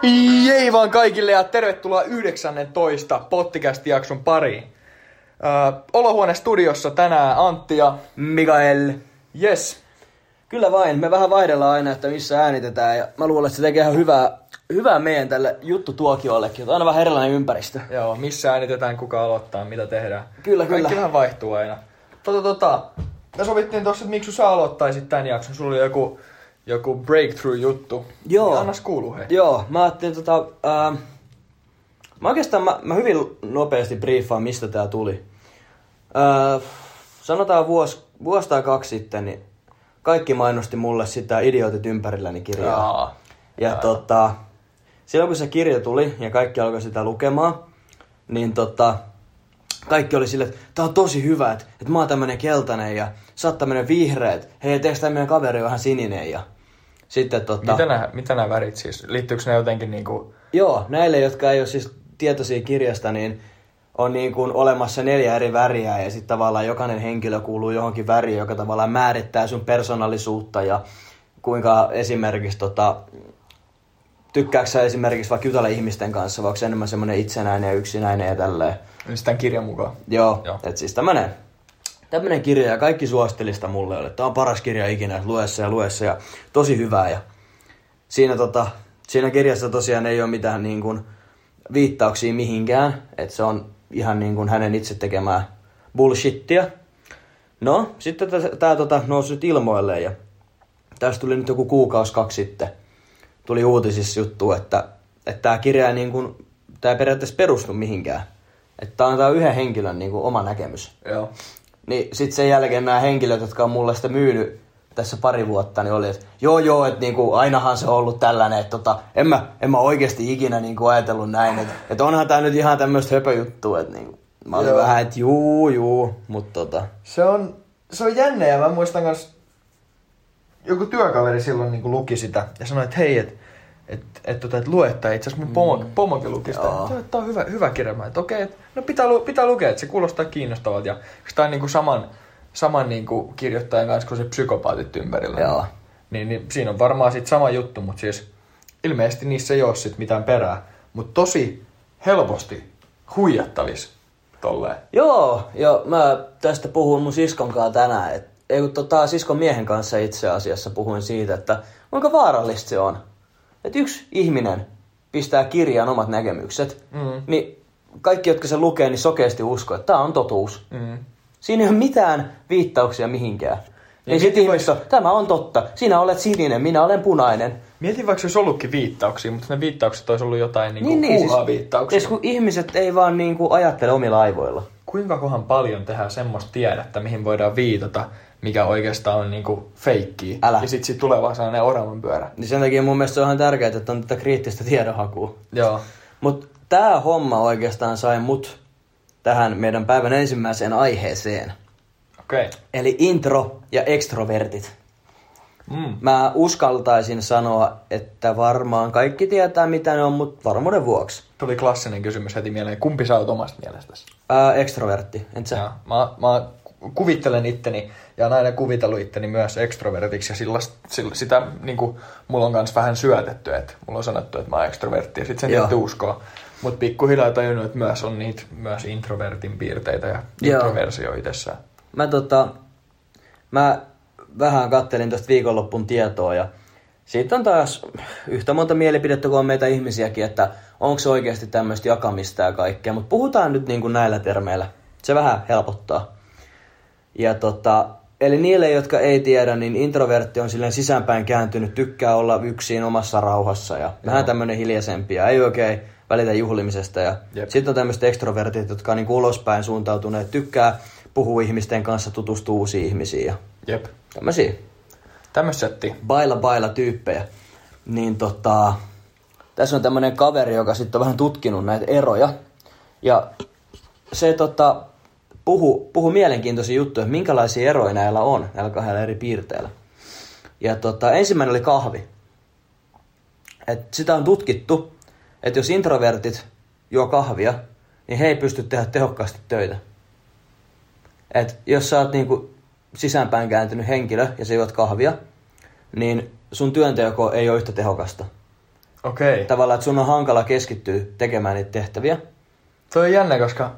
Jei vaan kaikille ja tervetuloa 19. podcast-jakson pariin. Olohuone studiossa tänään Antti ja Mikael. Yes. Kyllä vain, me vähän vaihdellaan aina, että missä äänitetään ja mä luulen, että se tekee ihan hyvää meidän tälle juttutuokiollekin, että aina vähän erilainen ympäristö. Joo, missä äänitetään, kuka aloittaa, mitä tehdään. Kyllä. Kaikki vähän vaihtuu aina. Me sovittiin tossa, että miksi sä aloittaisit tän jakson, sulla oli joku breakthrough-juttu. Joo. Niin annas kuuluu hei. Joo, mä ajattelin mä hyvin nopeasti briefaan, mistä tää tuli. Sanotaan vuosi tai kaksi sitten, niin kaikki mainosti mulle sitä Idiotit ympärilläni kirjaa. Ja silloin kun se kirja tuli ja kaikki alkoi sitä lukemaan, niin kaikki oli silleen, että tää on tosi hyvä, että mä oon tämmönen keltainen ja sä oot tämmönen vihreä, että hei, teekö tämmönen kaveri vähän sininen ja sitten Mitä nämä värit siis? Liittyykö ne jotenkin niinku... Joo, näille, jotka ei ole siis tietoisia kirjasta, niin on niin kuin olemassa 4 eri väriä ja sitten tavallaan jokainen henkilö kuuluu johonkin väriin, joka tavallaan määrittää sun persoonallisuutta ja kuinka esimerkiksi tykkääksä esimerkiksi vaikka jutella ihmisten kanssa, vaikka se enemmän semmoinen itsenäinen ja yksinäinen ja tälleen. Niin tämän kirjan mukaan. Joo. Että siis tämmönen kirja ja kaikki suosittelista mulle oli, että tää on paras kirja ikinä, luessa ja tosi hyvää. Ja siinä kirjassa tosiaan ei ole mitään niin kuin viittauksia mihinkään, että se on ihan niin kuin hänen itse tekemää bullshittia. No, sitten tää nousi nyt ilmoille ja tästä tuli nyt joku 1-2 kuukautta sitten. Tuli uutisissa juttu, että tää kirja ei niin kuin, tää ei periaatteessa perustu mihinkään. Että tää on yhden henkilön niin kuin oma näkemys. Joo. Niin sit sen jälkeen nämä henkilöt, jotka on mulle sitä myynyt tässä pari vuotta, niin oli, että joo, että niinku ainahan se on ollut tällainen, että en mä oikeesti ikinä niinku ajatellut näin, että onhan tää nyt ihan tämmöistä höpöjuttua, että niinku, mä olin vähän, että juu, mutta Se on jännä ja mä muistan kans, joku työkaveri silloin niinku luki sitä ja sanoi, että hei, että lue, että itse asiassa mun pomokin luki sitä, että tää on hyvä kirja. Että okei, että no pitää lukea, että se kuulostaa kiinnostavalta ja tää on niinku saman niinku kirjoittajan kanssa kuin se Psykopaatit ympärillä. Joo. Niin siinä on varmaan sit sama juttu, mutta siis ilmeisesti niissä ei oo sit mitään perää, mutta tosi helposti huijattavis tolleen. Joo, mä tästä puhuin mun siskon kanssa tänään, siskon miehen kanssa itse asiassa puhuin siitä, että kuinka vaarallista se on. Että yksi ihminen pistää kirjaan omat näkemykset, niin kaikki, jotka se lukee, niin sokeasti uskoo, että tämä on totuus. Siinä ei ole mitään viittauksia mihinkään. Ei sit ihmistä tämä on totta. Sinä olet sininen, minä olen punainen. Mietin vaikka se olisi ollutkin viittauksia, mutta ne viittaukset olisi ollut jotain huuhaa-viittauksia. Siis kun ihmiset ei vaan ajattele omilla aivoilla. Kuinka kohan paljon tehdään semmoista tiedettä, mihin voidaan viitata, mikä oikeastaan on niinku feikkiä. Ja sit tulee vaan sellainen oravan pyörä. Niin sen takia mun mielestä se on ihan tärkeää, että on tätä kriittistä tiedonhakua. Joo. Mut tää homma oikeastaan sai mut tähän meidän päivän ensimmäiseen aiheeseen. Okei. Eli intro ja extrovertit. Mä uskaltaisin sanoa, että varmaan kaikki tietää mitä ne on, mutta varmuuden vuoksi. Tuli klassinen kysymys heti mieleen. Kumpi sä oot omasta mielestäsi? Extrovertti, entä sä? Mä kuvittelen itteni ja on aina kuvitellut itteni myös extrovertiksi ja sitä niinku, mulla on kans vähän syötetty, että mulla on sanottu, että mä oon extrovertti ja sit sen tietty uskoo. Mut pikkuhiljaa tajunnut, että myös on niitä myös introvertin piirteitä ja introversio itsessään. Mä vähän kattelin tosta viikonloppun tietoa ja siitä on taas yhtä monta mielipidettä kuin on meitä ihmisiäkin, että onko se oikeasti tämmöistä jakamista ja kaikkea, mutta puhutaan nyt niin kuin näillä termeillä. Se vähän helpottaa. Ja eli niille, jotka ei tiedä, niin introvertti on silleen sisäänpäin kääntynyt, tykkää olla yksin omassa rauhassa ja vähän tämmönen hiljaisempi ja ei oikein välitä juhlimisesta. Ja sitten on tämmöiset extrovertit, jotka on niin kuin ulospäin suuntautuneet, tykkää puhua ihmisten kanssa, tutustua uusiin ihmisiin ja tämmösiä. Tämmöistä settiä. Baila tyyppejä. Niin tässä on tämmönen kaveri, joka sitten on vähän tutkinut näitä eroja. Ja se puhu mielenkiintoisia juttuja, että minkälaisia eroja näillä on, näillä 2 eri piirteillä. Ja ensimmäinen oli kahvi. Et sitä on tutkittu, että jos introvertit juo kahvia, niin he ei pysty tehdä tehokkaasti töitä. Et jos sä oot niinku sisäänpäin kääntynyt henkilö ja sä juot kahvia, niin sun työnteko ei ole yhtä tehokasta. Okei. Tavallaan, että sun on hankala keskittyä tekemään niitä tehtäviä. Toi on jännä, koska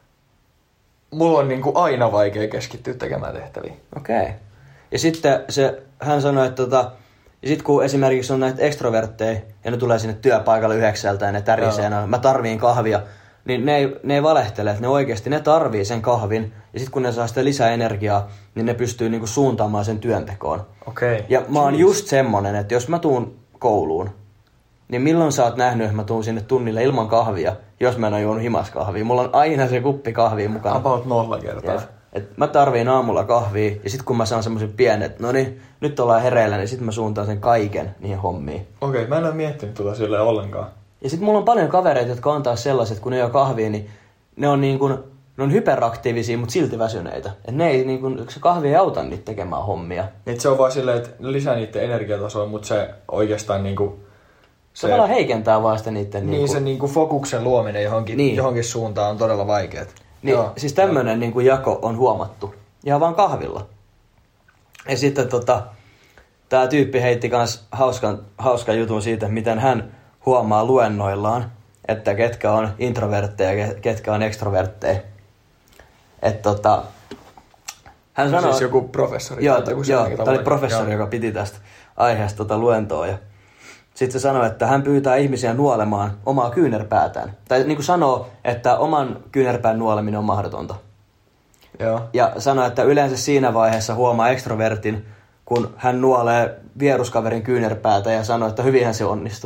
mulla on niinku aina vaikea keskittyä tekemään tehtäviä. Okei. Ja sitten hän sanoi, että ja sit kun esimerkiksi on näitä ekstrovertteja ja ne tulee sinne työpaikalle 9 ja ne tärisee, mä tarviin kahvia, niin ne ei valehtele, että ne oikeasti ne tarvii sen kahvin. Ja sit kun ne saa sitä lisää energiaa, niin ne pystyy niinku suuntaamaan sen työntekoon. Okei. Ja mä oon just semmonen, että jos mä tuun kouluun, niin milloin sä oot nähnyt, että mä tuun sinne tunnille ilman kahvia, jos mä en ole juonut himaskahvia. Mulla on aina se kuppi kahvia mukana. About 0 kertaa. Et mä tarviin aamulla kahvia ja sit kun mä saan semmosen pienet, no niin, nyt ollaan hereillä, niin sit mä suuntaan sen kaiken niihin hommiin. Okei, mä en ole miettinyt tuota silleen ollenkaan. Ja sit mulla on paljon kavereita, jotka on taas sellaiset, kun ne ei ole kahvia, niin ne on niin kuin, ne on hyperaktiivisia, mutta silti väsyneitä. Et ne ei niin kuin, se kahvi ei auta niitä tekemään hommia. Niin se on vaan silleen, että lisää niiden energiatasoa, mutta se oikeastaan niinku... Se tavallaan heikentää vaan sitä niiden... Niin se niinku fokuksen luominen johonkin suuntaan on todella vaikeet. Niin, siis tämmönen niinku jako on huomattu. Ihan vaan kahvilla. Ja sitten tää tyyppi heitti kans hauskan jutun siitä, miten hän huomaa luennoillaan, että ketkä on introvertteja ja ketkä on ekstrovertteja. Että hän sanoi... Siis joku professori? Joo, tää oli professori, joka piti tästä aiheesta luentoa. Ja sitten se sanoi, että hän pyytää ihmisiä nuolemaan omaa kyynärpäätään. Tai niin kuin sanoo, että oman kyynärpään nuoleminen on mahdotonta. Joo. Ja sanoi, että yleensä siinä vaiheessa huomaa ekstrovertin, kun hän nuolee vieruskaverin kyynärpäätä ja sanoo, että hyvinhän se onnistui.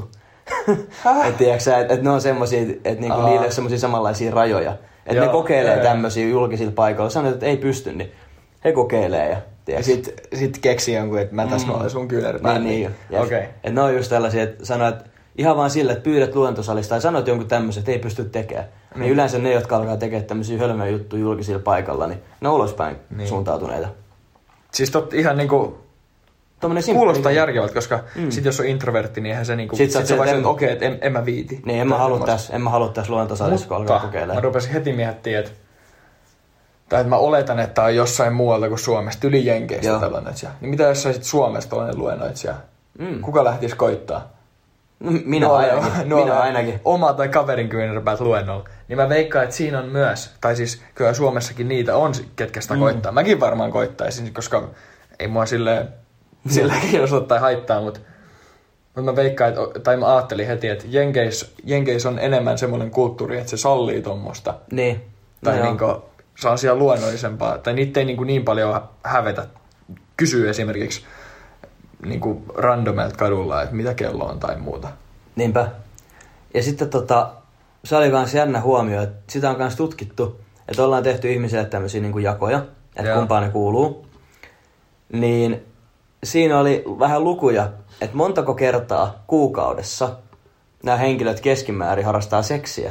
Että ne on semmosia, että niinku niillä on semmosia samanlaisia rajoja. Että ne kokeilee tämmöisiä julkisilla paikoilla. Sanoit, että ei pysty, niin he kokeilee. Ja sit keksii jonkun, että mä tässä nuolen sun kyynärpään. Niin. Okay. Että ne on just tällaisia, että sanoo, että ihan vaan sille, että pyydät luentosalista tai sanot jonkun tämmöisen, että ei pysty tekemään. Niin yleensä ne, jotka alkaa tekemään tämmöisiä hölmöjä juttuja julkisilla paikalla, niin ne on ulospäin suuntautuneita. Siis ihan niinku... Kuulostaa järkevältä, koska sit jos on introvertti, niin eihän se niinku... Sit se vaan että okei, että en mä viiti. Niin, en mä halua tässä luentosalissa, kun alkaa kokeilemaan. Mä rupesin heti miettimään, että mä oletan, että on jossain muualta kuin Suomesta, yli Jenkeistä tällainen. Niin mitä jos saisit Suomesta tällainen luennoitsija? Kuka lähtisi koittaa? No, minä ainakin. Oma tai kaverin kyynärpäät luennolla. Niin mä veikkaan, että siinä on myös, tai siis kyllä Suomessakin niitä on, ketkä sitä koittaa. Mäkin varmaan koittaisin, koska ei mua silleen kiinnostaa tai haittaa, mutta mä veikkaan, tai mä ajattelin heti, että Jenkeis on enemmän semmoinen kulttuuri, että se sallii tommoista. Niin. Tai niinku sellaisia luonnollisempaa, tai niitä ei niin paljon hävetä. Kysyy esimerkiksi niinku randomelta kadulla, että mitä kello on tai muuta. Niinpä. Ja sitten se oli kans jännä huomio, että sitä on kans tutkittu, että ollaan tehty ihmisille tämmöisiä niinku jakoja, että kumpaan ne kuuluu. Niin siinä oli vähän lukuja, että montako kertaa kuukaudessa nämä henkilöt keskimäärin harrastaa seksiä.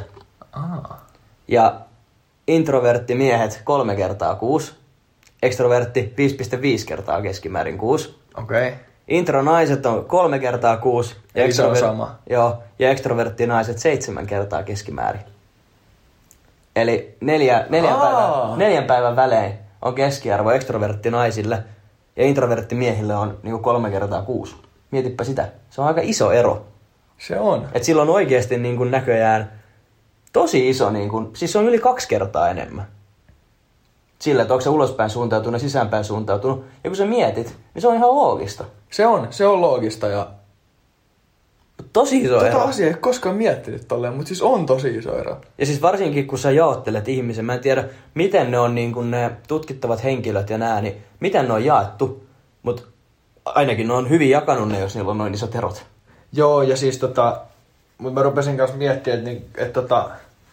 Ja introvertti miehet 3 kertaa kuusi, ekstrovertti 5,5 kertaa keskimäärin kuusi. Okei. Intronaiset on 3 kertaa kuusi. Eli se on sama. Joo, ja ekstroverttinaiset 7 kertaa keskimäärin. Eli 4 päivän välein on keskiarvo ekstroverttinaisille ja introverttimiehille on niinku 3 kertaa kuusi. Mietipä sitä. Se on aika iso ero. Se on. Et sillä on oikeasti niinku näköjään tosi iso, niinku, siis se on yli 2 kertaa enemmän. Sillä, että onko se ulospäin suuntautunut, sisäänpäin suuntautunut. Ja kun sä mietit, niin se on ihan loogista. Se on loogista ja... Tosi iso ero. Asiaa ei koskaan miettinyt tolleen, mutta siis on tosi iso ero. Ja siis varsinkin, kun sä jaottelet ihmisen, mä en tiedä, miten ne on niin kuin ne tutkittavat henkilöt ja nää, niin miten ne on jaettu. Mutta ainakin ne on hyvin jakanut ne, jos niillä on noin isot erot. Joo, ja siis mutta mä rupesin kanssa miettimään, että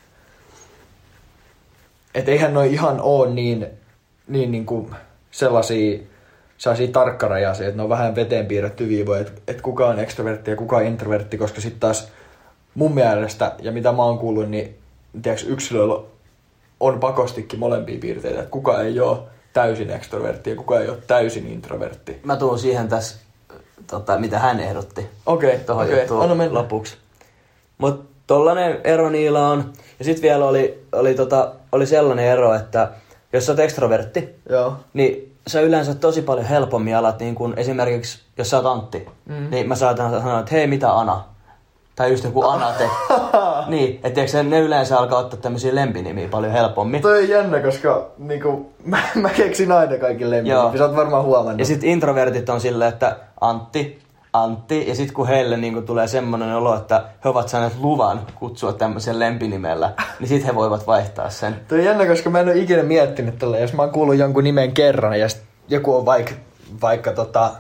et eihän noi ihan oo niin kuin sellaisia tarkkarajaisia, että ne on vähän veteen piirretty viivoja, että kuka on ekstrovertti ja kuka on introvertti, koska sitten taas mun mielestä, ja mitä mä oon kuullut, niin tiedätkö, yksilöillä on pakostikin molempia piirteitä, että kuka ei ole täysin ekstrovertti ja kuka ei ole täysin introvertti. Mä tuun siihen tässä, mitä hän ehdotti. Okei. Lopuksi. Mut tollanen ero niillä on. Ja sit vielä oli sellainen ero, että jos sä oot ekstrovertti, niin sä yleensä tosi paljon helpommin alat, niin kun esimerkiksi jos sä oot Antti, niin mä saatan sanoa, että hei, mitä Ana? Tai just joku Anate. Niin, et tiiäksä, ne yleensä alkaa ottaa tämmösiä lempinimiä paljon helpommin. Toi on jännä, koska niinku, mä keksin aina kaikki lempinimiä. Sä oot varmaan huomannut. Ja sit introvertit on silleen, että Antti, ja sit kun heille niinku tulee semmonen olo, että he ovat saaneet luvan kutsua tämmöisen lempinimellä, niin sit he voivat vaihtaa sen. Toi on jännä, koska mä en oo ikinä miettinyt tällä. Jos mä oon kuullut jonkun nimen kerran ja joku on vaikka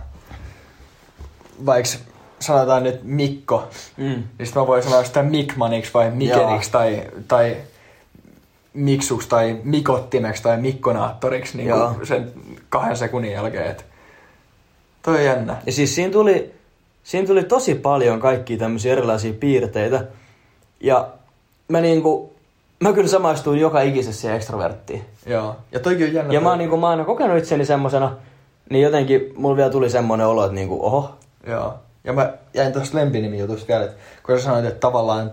sanotaan nyt Mikko, niin sit mä voin sanoa sitä Mikmaniksi vai Mikeniksi tai Miksuksi tai Mikottimeksi tai Mikkonaattoriksi niin sen 2 sekunnin jälkeen. Et toi on jännä. Ja siis siinä tuli tosi paljon kaikkia tämmöisiä erilaisia piirteitä. Ja mä kyllä samaistuin joka ikisessä ekstroverttiin. Joo. Ja toikin on jännä. Ja mä oon aina kokenut itseni semmosena, niin jotenkin mulla vielä tuli semmonen olo, että oho. Joo. Ja mä jäin tuosta lempinimijutusta vielä, että kun sä sanoit, että tavallaan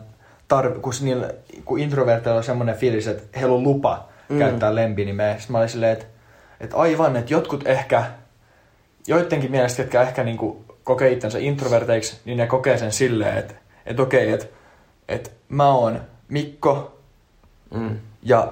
kun introverteilla on semmoinen fiilis, että heillä on lupa käyttää lempinimeä. Sitten mä olin silleen, että aivan, että jotkut ehkä, joidenkin mielestä, jotka ehkä niinku kokee itsensä introverteiksi, niin ne kokee sen silleen, että okei, että mä oon Mikko ja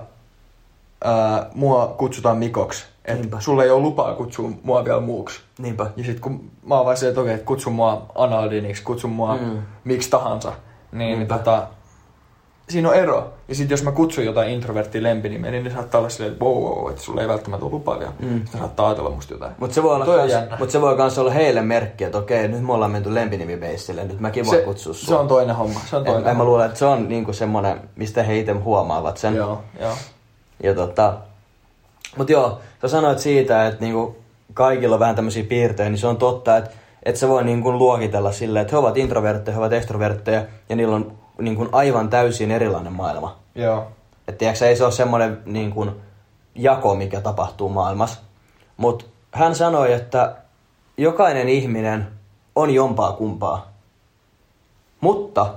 mua kutsutaan Mikoksi. Että sulla ei ole lupaa kutsua mua vielä muuksi. Niinpä. Ja sit kun mä oon vaan silleen, että okei, että kutsu mua Analdiniksi, kutsu mua miksi tahansa, niin siinä on ero. Ja sit jos mä kutsun jotain introverttia lempinimeä, niin ne saattaa olla silleen, että wow, että sulla ei välttämättä ole lupaa vielä. Sitten saattaa ajatella musta jotain. Mutta se voi kans olla heille merkki, että okei, nyt me ollaan menty lempinimibeissille, nyt mäkin voin kutsua sua. Se on toinen homma. Mä luulen, että se on niinku semmonen, mistä he itse huomaavat sen. Joo. Ja mut joo, sä sanoit siitä, että niinku kaikilla on vähän tämmösiä piirteitä, niin se on totta, että se voi niinku luokitella silleen, että he ovat introvertteja, he ovat extrovertteja, ja niillä on niinku aivan täysin erilainen maailma. Joo. Että tiiäksä, ei se ole semmoinen niinku jako, mikä tapahtuu maailmassa. Mut hän sanoi, että jokainen ihminen on jompaa kumpaa. Mutta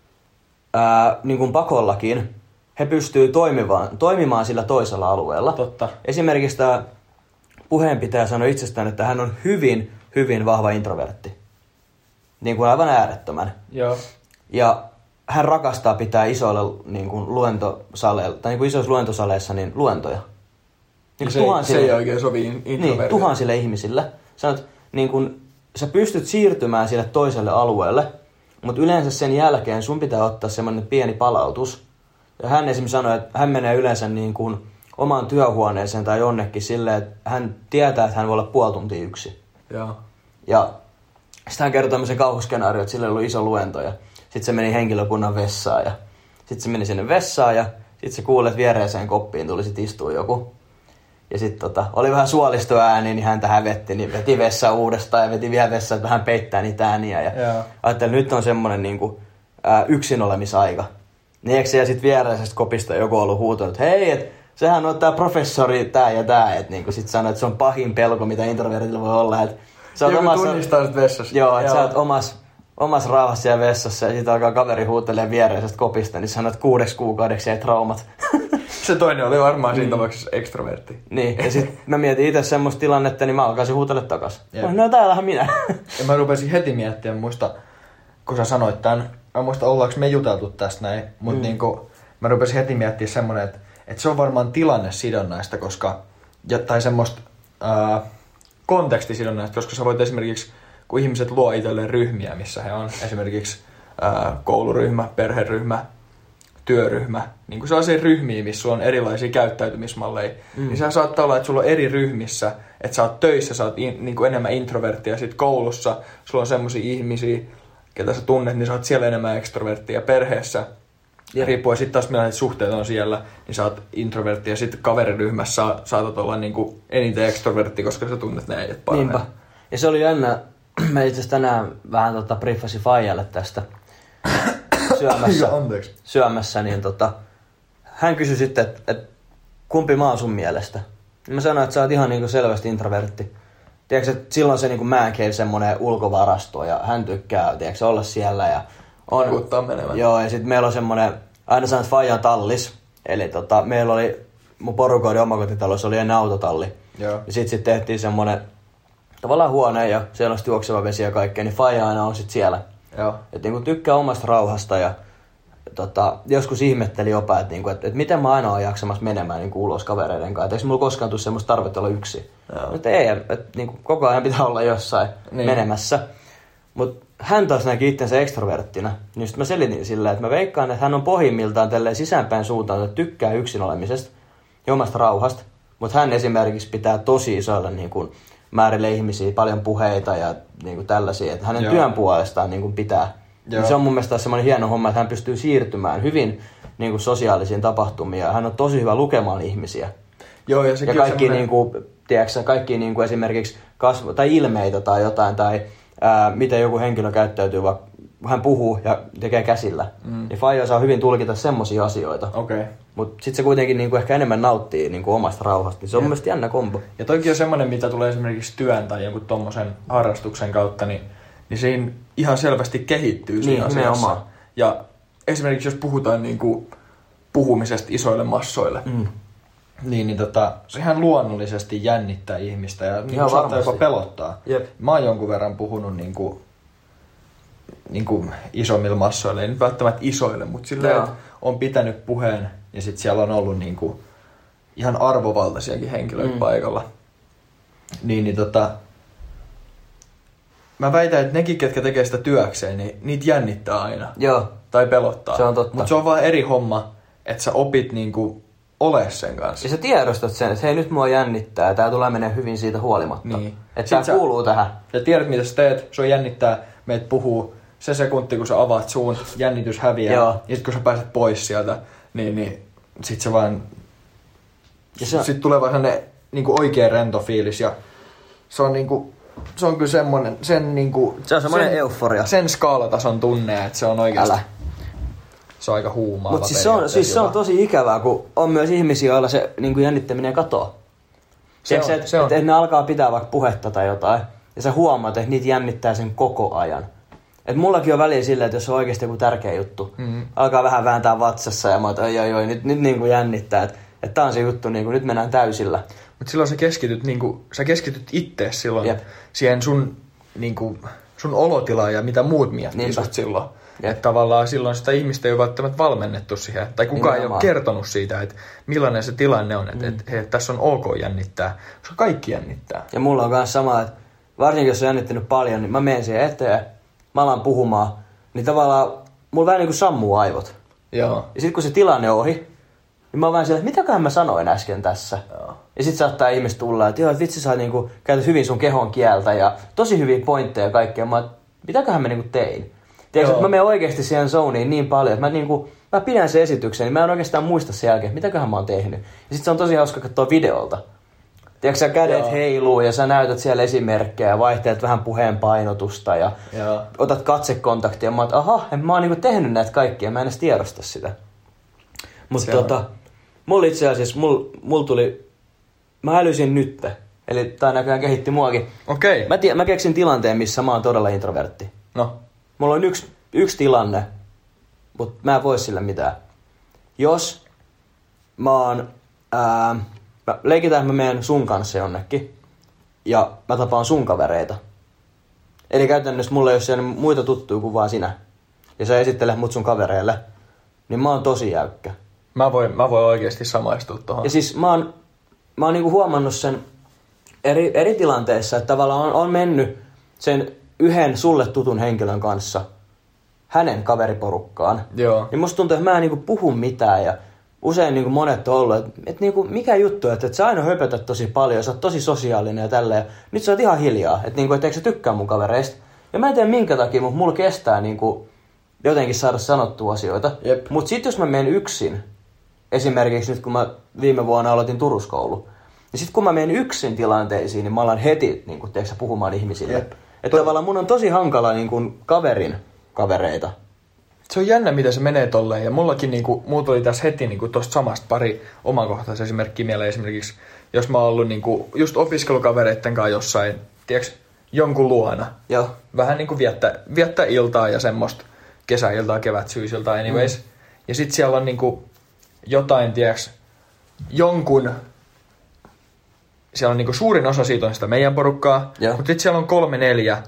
niinku pakollakin he pystyy toimimaan sillä toisella alueella. Totta. Esimerkiksi tämä puheenpitäjä sanoi itsestään, että hän on hyvin, hyvin vahva introvertti. Niin kuin aivan äärettömän. Joo. Ja hän rakastaa pitää isoilla niin kuin luentosaleilla, tai niin kuin isoissa luentosaleissa niin luentoja. Niin se ei oikein sovi introvertille. Niin, tuhansille ihmisille. Sanot, niin kuin, sä pystyt siirtymään sille toiselle alueelle, mutta yleensä sen jälkeen sun pitää ottaa semmoinen pieni palautus. Ja hän esimerkiksi sanoi, että hän menee yleensä niin kuin omaan työhuoneeseen tai jonnekin silleen, että hän tietää, että hän voi olla puoli tuntia yksin. Joo. Ja sitten hän kertoi tämmöisen kauhuskenaario, että sillä oli iso luento ja sitten se meni henkilökunnan vessaan ja sitten se meni sinne vessaan ja sitten se kuuli, että viereiseen koppiin tuli sitten istua joku. Ja sitten oli vähän suolistoääni, niin häntä hävetti, niin veti vessa uudestaan ja veti vielä vessa, että vähän peittää niitä ääniä. Ja ajattelin, nyt on semmoinen niinku, yksin olemisaika. Niin eikö siellä sitten viereisestä kopista joku ollut huutanut, että hei, että sehän on tää professori tää ja tää. Että niinku sit sanoi, että se on pahin pelko, mitä introvertilla voi olla. Että joku tunnistaa sit vessassa. Joo, että sä oot omassa rauhassa siellä vessassa ja sit alkaa kaveri huutelemaan viereisestä kopista, niin sanot 6 kuukaudeksi jäi traumat. Se toinen oli varmaan siinä tapauksessa ekstrovertti. Niin, ja sit mä mietin itse semmoista tilannetta, niin mä alkaisin huutella takas. No täällähän minä. Ja mä rupesin heti miettimään, muista, kun sä sanoit tän, mä muista ollaanko me juteltu tästä näin, mutta niinku, mä rupesin heti miettimään semmonen, että se on varmaan tilannesidonnaista, koska, tai semmoista kontekstisidonnaista, koska sä voit esimerkiksi, kun ihmiset luo itselleen ryhmiä, missä he on, esimerkiksi kouluryhmä, perheryhmä, työryhmä, niin kuin sellaisia ryhmiä, missä sulla on erilaisia käyttäytymismalleja, niin sehän saattaa olla, että sulla on eri ryhmissä, että sä oot töissä, sä oot niin kuin enemmän introverttia, ja sit koulussa sulla on semmosia ihmisiä, ketä sä tunnet, niin sä oot siellä enemmän ekstroverttia, perheessä, riippuen sitten taas millaiset suhteet on siellä, niin sä oot introvertti, ja sitten kaveriryhmässä saatat olla niin kuin eniten ekstrovertti, koska sä tunnet ne äijät paremmin. Niinpä. Ja se oli jännä, mä itse asiassa tänään vähän briefasin Faijalle tästä syömässä, niin hän kysyi sitten, että kumpi mä oon sun mielestä? Mä sanoin, että sä oot ihan niinku selvästi introvertti. Tiedätkö, että silloin se niinku man cave semmonen ulkovarasto ja hän tykkää, tiedätkö, olla siellä ja vaikuttaa menemään. Joo, ja sitten meillä on semmonen, aina sanon, että Faijan tallis. Eli meillä oli, mun porukoiden omakotitalossa oli ennen autotalli. Joo. Ja sit tehtiin semmonen tavallaan huone ja siellä on juokseva vesi ja kaikkea, niin Faija aina on sit siellä. Joo. Että niinku tykkää omasta rauhasta ja joskus ihmetteli jopa, että niinku, et miten mä aina oon jaksamassa menemään niinku ulos kavereiden kanssa. Et eikö mulla koskaan tule semmoista tarvetta olla yksin. Mutta ei, että niinku, koko ajan pitää olla jossain menemässä. Mutta hän taas näki itsensä ekstroverttina. Niin sit mä selitin sillä, että mä veikkaan, että hän on pohjimmiltaan tälleen sisäänpäin suuntaan, että tykkää yksin olemisesta ja omasta rauhasta. Mutta hän esimerkiksi pitää tosi isoilla niinku, määrille ihmisiä, paljon puheita ja niinku, tällaisia. Että hänen työn puolestaan niinku, pitää. Se on mun mielestä semmoinen hieno homma, että hän pystyy siirtymään hyvin niinku, sosiaalisiin tapahtumiin. Ja hän on tosi hyvä lukemaan ihmisiä. Joo, ja kaikki, semmoinen... niinku, tiedätkö, kaikki niinku, esimerkiksi tai ilmeitä tai jotain tai miten joku henkilö käyttäytyy, vaikka hän puhuu ja tekee käsillä. Niin faija osaa hyvin tulkita semmosia asioita. Okay. Mutta sitten se kuitenkin niinku ehkä enemmän nauttii niinku omasta rauhasta. Niin se on mun mielestä jännä kombo. Ja toikin on semmoinen, mitä tulee esimerkiksi työn tai jonkun tommosen harrastuksen kautta, niin siinä ihan selvästi kehittyy siinä asiassa. Ja esimerkiksi jos puhutaan niinku puhumisesta isoille massoille, niin se ihan luonnollisesti jännittää ihmistä ja niin saattaa jopa pelottaa. Jep. Mä oon jonkun verran puhunut niinku isommille massoille, ei nyt välttämättä isoille, mutta silleen, että on pitänyt puheen ja sit siellä on ollut niinku ihan arvovaltaisiakin henkilöitä paikalla. Mä väitän, että nekin, ketkä tekee sitä työkseen, niin niitä jännittää aina. Joo. Tai pelottaa. Se on totta. Mutta se on vaan eri homma, että sä opit niinku ole sen kanssa. Ja sä tiedostat sen, että hei, nyt mua jännittää ja tää tulee menee hyvin siitä huolimatta. Niin. Että tää kuuluu tähän. Ja tiedät mitä sä teet, sua jännittää, meet puhuu. Se sekunti kun sä avaat suun, jännitys häviää. Joo. Ja sit kun sä pääset pois sieltä, niin sit se vaan... Sit tulee vaan sellainen niinku oikein rento fiilis ja se on niinku... Se on kyllä semmonen, se on semmonen euforia. Sen skaalatason tunne, että se on oikeasti... Se on aika huumaava. Mutta se on tosi ikävää, kun on myös ihmisiä, joilla se niin jännittäminen katoo. Että ne alkaa pitää vaikka puhetta tai jotain, ja sä huomaat, että niitä jännittää sen koko ajan. Et mullakin on väliä silleen, että jos on oikeasti joku tärkeä juttu, alkaa vähän vääntää vatsassa, ja mä oon, nyt niin kuin jännittää, että tää on se juttu, niin kuin, nyt mennään täysillä. Mutta silloin sä keskityt itse silloin siihen sun olotilaan ja mitä muut miettii sut silloin. Että tavallaan silloin sitä ihmistä ei ole välttämättä valmennettu siihen. Tai kukaan ei ole kertonut siitä, että millainen se tilanne on. Että tässä on ok jännittää, koska kaikki jännittää. Ja mulla on myös sama, että varsinkin jos on jännittänyt paljon, niin mä menen siihen eteen, mä alan puhumaan, niin tavallaan mulla vähän niin kuin sammuu aivot. Joo. Ja sit kun se tilanne on ohi, niin mä oon vähän siellä, että mitäköhän mä sanoin äsken tässä. Joo. Ja sit saattaa ihmiset tulla, että joo, että vitsi sä niinku käytät hyvin sun kehon kieltä ja tosi hyviä pointteja ja kaikkea. Mä oon, mitäköhän mä niinku tein? Tiedätkö, että mä menen oikeesti siihen zoneen niin paljon, että mä pidän sen esityksen, niin mä en oikeastaan muista sen jälkeen, että mitäköhän mä oon tehnyt. Ja sit se on tosi hauska katsoa videolta. Tiedätkö, sä kädet heiluu ja sä näytät siellä esimerkkejä ja vaihtelet vähän puheen painotusta ja otat katsekontaktia. Mä oon, että aha, mä oon niinku tehnyt näitä kaikkia, mä en edes tiedosta sitä. Mutta mulla itse asiassa, mulla tuli, mä älysin nyt, eli tää näköjään kehitti muakin. Okei. Mä keksin tilanteen, missä mä oon todella introvertti. No. Mulla on yksi tilanne, mutta mä en voi sillä mitään. Jos mä oon, leikitään, että mä menen sun kanssa jonnekin ja mä tapaan sun kavereita. Eli käytännössä mulla ei ole siellä muita tuttuja kuin vaan sinä. Ja sä esittelet mut sun kavereille, niin mä oon tosi jäykkä. Mä voin oikeesti samaistua tohon. Ja siis mä oon niinku huomannut sen eri tilanteissa, että tavallaan on mennyt sen yhden sulle tutun henkilön kanssa hänen kaveriporukkaan. Joo. Niin musta tuntuu, että mä en niinku puhu mitään ja usein niinku monet on ollut, että niinku, mikä juttu, että sä aina höpötät tosi paljon, sä oot tosi sosiaalinen ja tälleen. Nyt sä oot ihan hiljaa, että niinku, eikö sä tykkää mun kavereista. Ja mä en tiedä minkä takia, mutta mulla kestää niinku jotenkin saada sanottua asioita. Mut sit jos mä menen yksin, esimerkiksi nyt kun mä viime vuonna aloitin Turuskoulu, niin sit kun mä menen yksin tilanteisiin, niin mä alan heti niinku, puhumaan ihmisille. Että tavallaan mun on tosi hankala niinku kavereita. Se on jännä, mitä se menee tolleen. Ja mullakin mulla tuli tässä heti tosta samasta pari omakohtaista esimerkkiä mieleen. Esimerkiksi jos mä oon ollut just opiskelukavereitten kanssa jossain, tiedätkö, jonkun luona. Joo. Vähän viettää iltaa ja semmoista kesäiltaa, kevätsyysiltaa anyways. Ja sit siellä on jotain, tiedätkö, siellä on suurin osa siitä on sitä meidän porukkaa, mutta sitten siellä on 3-4,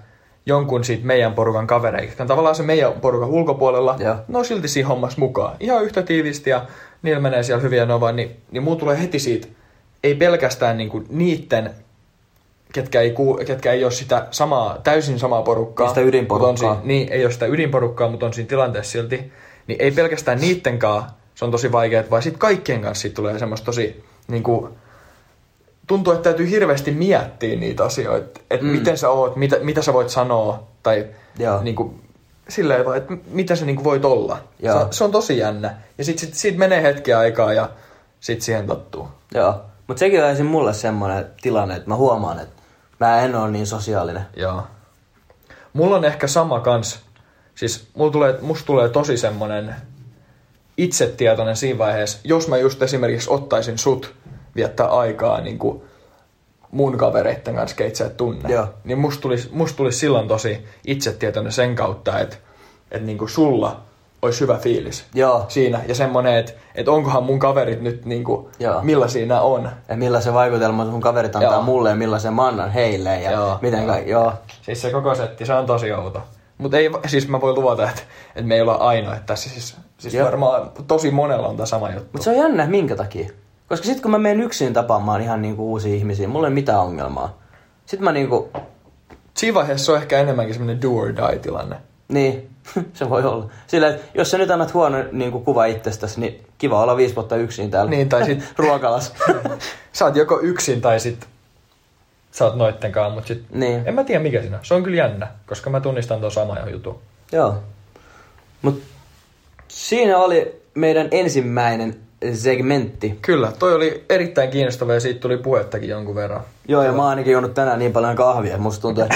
jonkun siitä meidän porukan kavereiksi, jotka on tavallaan se meidän porukan ulkopuolella, ne on silti siinä hommassa mukaan. Ihan yhtä tiivisti ja niillä menee siellä hyviä novaa, niin mulla tulee heti siitä, ei pelkästään niinku niitten, ketkä ei ole sitä täysin samaa porukkaa. Sitä ydinporukkaa. Niin, ei ole sitä ydinporukkaa, mutta on siinä tilanteessa silti. Niin ei pelkästään niittenkaan, se on tosi vaikeaa, vaan sitten kaikkien kanssa siitä tulee semmoista tosi, niinku, tuntuu, että täytyy hirveästi miettiä niitä asioita, että miten sä oot, mitä sä voit sanoa, tai niinku, silleen vaan, että mitä sä niinku voit olla. Se on tosi jännä. Ja sit siitä menee hetki aikaa ja sit siihen tottuu. Joo, mutta sekin on mulle semmoinen tilanne, että mä huomaan, että mä en ole niin sosiaalinen. Joo. Mulla on ehkä sama kans. Siis musta tulee tosi semmonen itsetietoinen siinä vaiheessa, jos mä just esimerkiksi ottaisin sut viettää aikaa niin kuin mun kavereitten kanssa, keitä sä et tunne. Joo. Niin musta tulisi silloin tosi itsetietoinen sen kautta, että niin kuin sulla olisi hyvä fiilis siinä. Ja semmonen, että onkohan mun kaverit nyt niin kuin, millaisia nämä on. Ja millaisen vaikutelman sun kaverit antaa mulle ja millaisen mä annan heille. Ja miten Siis se koko setti, se on tosi outo. Mutta siis mä voin luvata, että me ei olla ainoa. Että siis varmaan tosi monella on tämä sama juttu. Mutta se on jännä, minkä takia? Koska sit kun mä menen yksin tapaamaan ihan niinku uusia ihmisiä, mulla ei mitään ongelmaa. Sitten mä niinku... Siinä vaiheessa se on ehkä enemmänkin semmoinen do or die tilanne. Niin, se voi olla. Sillä, että jos sä nyt annat huono niinku kuva itsestäsi, niin kiva olla 5 vuotta yksin täällä niin, tai sit ruokalassa. Sä oot joko yksin tai sit sä oot noittenkaan, mut sit en mä tiedä mikä siinä on. Se on kyllä jännä, koska mä tunnistan tuon saman jutun. Joo. Mut siinä oli meidän ensimmäinen segmentti. Kyllä, toi oli erittäin kiinnostava ja siitä tuli puhettakin jonkun verran. Joo, ja mä oon ainakin juonut tänään niin paljon kahvia, että musta tuntuu, että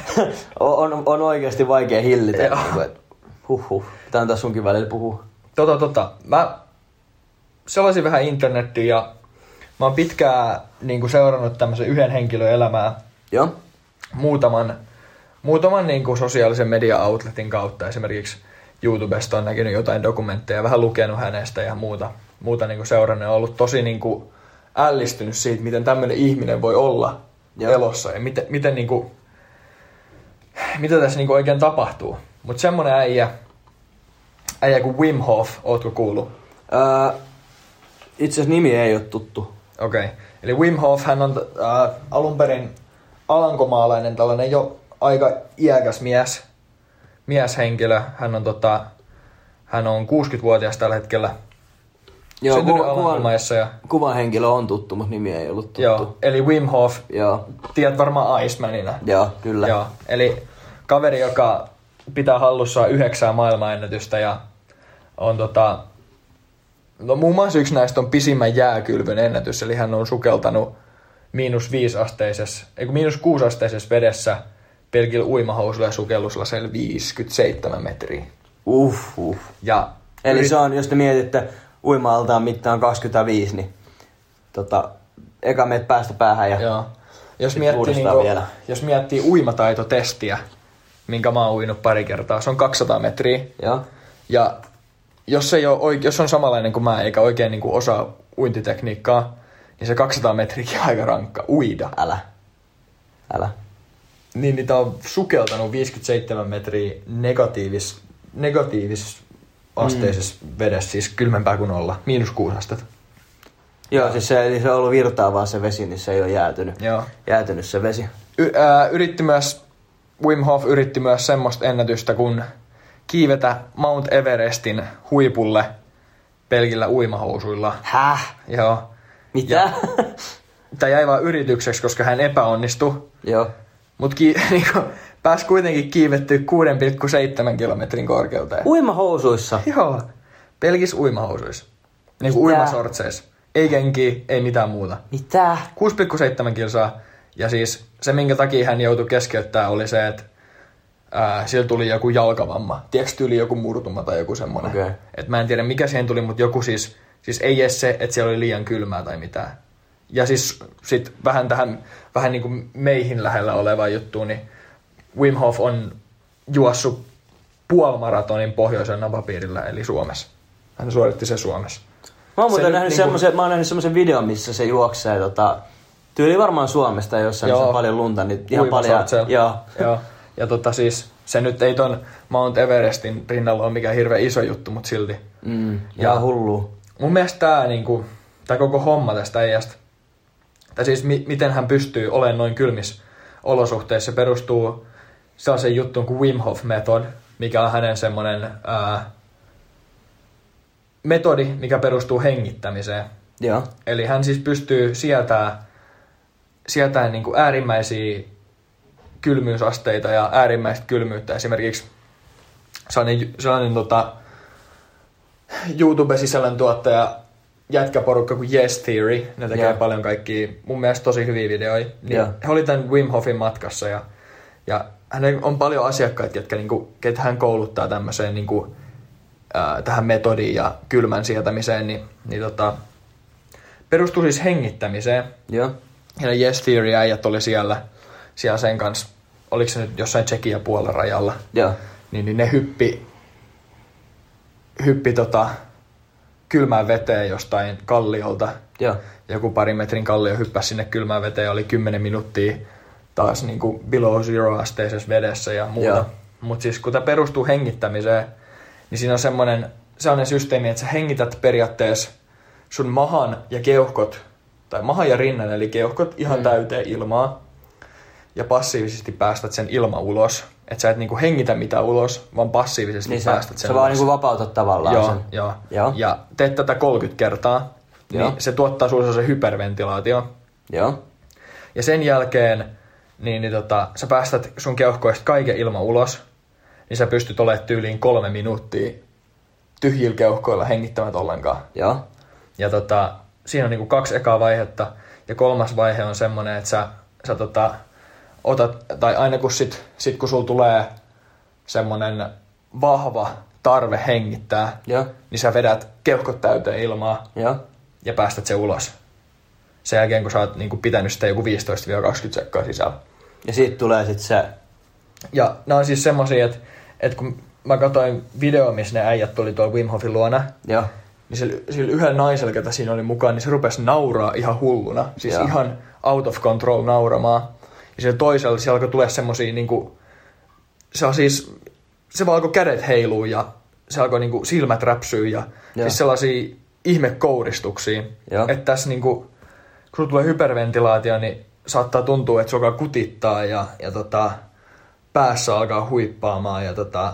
on oikeasti vaikea hillitä. Pitää antaa sunkin välillä puhua. Mä selasin vähän internettiä ja mä oon pitkään niin seurannut tämmöisen yhden henkilön elämää. Joo. Muutaman niin sosiaalisen media-outletin kautta. Esimerkiksi YouTubesta on näkynyt jotain dokumentteja, vähän lukenut hänestä ja muuta niin seurannut. On ollut tosi niin ällistynyt siitä, miten tämmöinen ihminen voi olla elossa ja mitä tässä niin oikein tapahtuu. Mutta semmoinen äijä kuin Wim Hof, ootko kuullut? Itse asiassa nimi ei ole tuttu. Okei. Eli Wim Hof, hän on alun perin alankomaalainen, tällainen jo aika iäkäs mieshenkilö. Hän on 60-vuotias tällä hetkellä. Joo, Alankomaissa. Kuvan henkilö on tuttu, mutta nimi ei ollut tuttu. Joo, eli Wim Hof. Joo. Tiedät varmaan Icemanina. Joo, kyllä. Joo, eli kaveri, joka pitää hallussaan 9 maailmanennätystä ja on muun muassa yksi näistä on pisimmän jääkylvyn ennätys, eli hän on sukeltanut -6-asteisessa vedessä pelkillä uimahousuilla ja sukelluslasella 57 metriä. Ja eli se on, jos te mietitte uima-altaan mittaan 25, niin eka meet päästä päähän ja joo. Jos miettii uimataitotestiä, minkä mä oon uinut pari kertaa, se on 200 metriä. Joo. Ja jos on samanlainen kuin mä, eikä oikein niin kuin osaa uintitekniikkaa, niin se 200 metriäkin on aika rankka uida. Älä. Niin niitä on sukeltanut 57 metriä negatiivis-asteisessa vedessä, siis kylmempää kuin olla, -6 astetta. Joo, siis se on ollut virtaavaa se vesi, niin se ei ole jäätynyt se vesi. Wim Hof yritti myös semmoista ennätystä, kun kiivetä Mount Everestin huipulle pelkillä uimahousuilla. Häh? Joo. Mitä? Tämä jäi vaan yritykseksi, koska hän epäonnistui. Joo. Mutta pääsi kuitenkin kiivettyä 6,7 kilometrin korkeuteen. Uimahousuissa? Joo. Pelkissä uimahousuissa. Niinku uimasortseissa. Ei kenkiä, ei mitään muuta. Mitä? 6,7 kilsaa. Ja siis se, minkä takia hän joutui keskeyttämään, oli se, että sillä tuli joku jalkavamma. Tiedätkö tyyli joku murtuma tai joku semmoinen? Okay. Et mä en tiedä mikä siihen tuli, mutta joku siis ei edes se, että siellä oli liian kylmää tai mitään. Ja siis sit vähän niin kuin meihin lähellä oleva juttu, niin Wim Hof on juossut puolimaratonin pohjoisen napapiirillä, eli Suomessa. Hän suoritti se Suomessa. Mä oon muuten nähnyt semmoisen videon, missä se juoksee tyyli varmaan Suomesta, jossa on paljon lunta, niin ihan paljon. Joo. Ja siis se nyt ei ton Mount Everestin rinnalla ole mikään hirveän iso juttu, mutta silti. Ja hullu. Mun mielestä tää koko homma tästä äijästä, tai siis miten hän pystyy olemaan noin kylmissä olosuhteissa, se perustuu sellaisen juttuun kuin Wim Hof Method, mikä on hänen semmonen metodi, mikä perustuu hengittämiseen. Joo. Eli hän siis pystyy sieltämään niin kuin äärimmäisiä kylmyysasteita ja äärimmäistä kylmyyttä. Esimerkiksi sellainen YouTube-sisällön tuottaja jätkäporukka kuin Yes Theory, ne tekee paljon kaikkia mun mielestä tosi hyviä videoita. Niin he oli tämän Wim Hofin matkassa ja hänellä on paljon asiakkaita, ketä hän kouluttaa tämmöiseen tähän metodiin ja kylmän sietämiseen, perustuu siis hengittämiseen. Joo. Ja ne Yes Theory-äijät oli siellä sen kanssa, oliko se nyt jossain Tšekin ja Puolan rajalla. Joo. Niin ne hyppi kylmään veteen jostain kalliolta. Joo. Joku pari metrin kallio hyppäsi sinne kylmään veteen ja oli 10 minuuttia taas niinku below zero asteisessa vedessä ja muuta. Mutta siis kun tämä perustuu hengittämiseen, niin siinä on sellainen systeemi, että sä hengität periaatteessa sun mahan ja keuhkot, tai mahan ja rinnan eli keuhkot ihan täyteen ilmaa ja passiivisesti päästät sen ilma ulos. Että sä et niinku hengitä mitään ulos, vaan passiivisesti niin päästät sen ulos. Sä vaan niinku vapautat tavallaan sen. Joo. Ja teet tätä 30 kertaa, niin se tuottaa sulle se hyperventilaatio. Joo. Ja sen jälkeen sä päästät sun keuhkoista kaiken ilma ulos, niin sä pystyt olemaan tyyliin 3 minuuttia tyhjillä keuhkoilla hengittämät ollenkaan. Joo. Ja siinä on niinku 2 ekaa vaihetta, ja 3. vaihe on semmonen, että sä otat, tai aina kun kun sulla tulee semmonen vahva tarve hengittää, niin sä vedät keuhkot täyteen ilmaa ja päästät se ulos. Sen jälkeen, kun sä oot niinku pitänyt sitä joku 15-20 sekkaa sisällä. Ja siitä tulee sit se. Ja nää on siis semmosia, että kun mä katsoin video, missä ne äijät tuli tuolla Wim Hofin luona, niin sillä yhdellä naisella, ketä siinä oli mukaan, niin se rupesi nauraa ihan hulluna. Siis ihan out of control nauramaan. Ja sillä toisella siellä alkoi tulla semmosia niinku, se vaan alkoi kädet heilua ja se alkoi niinku silmät räpsyä ja siis sellaisia ihmekouristuksia. Että tässä niinku, kun sulla tulee hyperventilaatio, niin saattaa tuntua, että se alkaa kutittaa ja päässä alkaa huippaamaan ja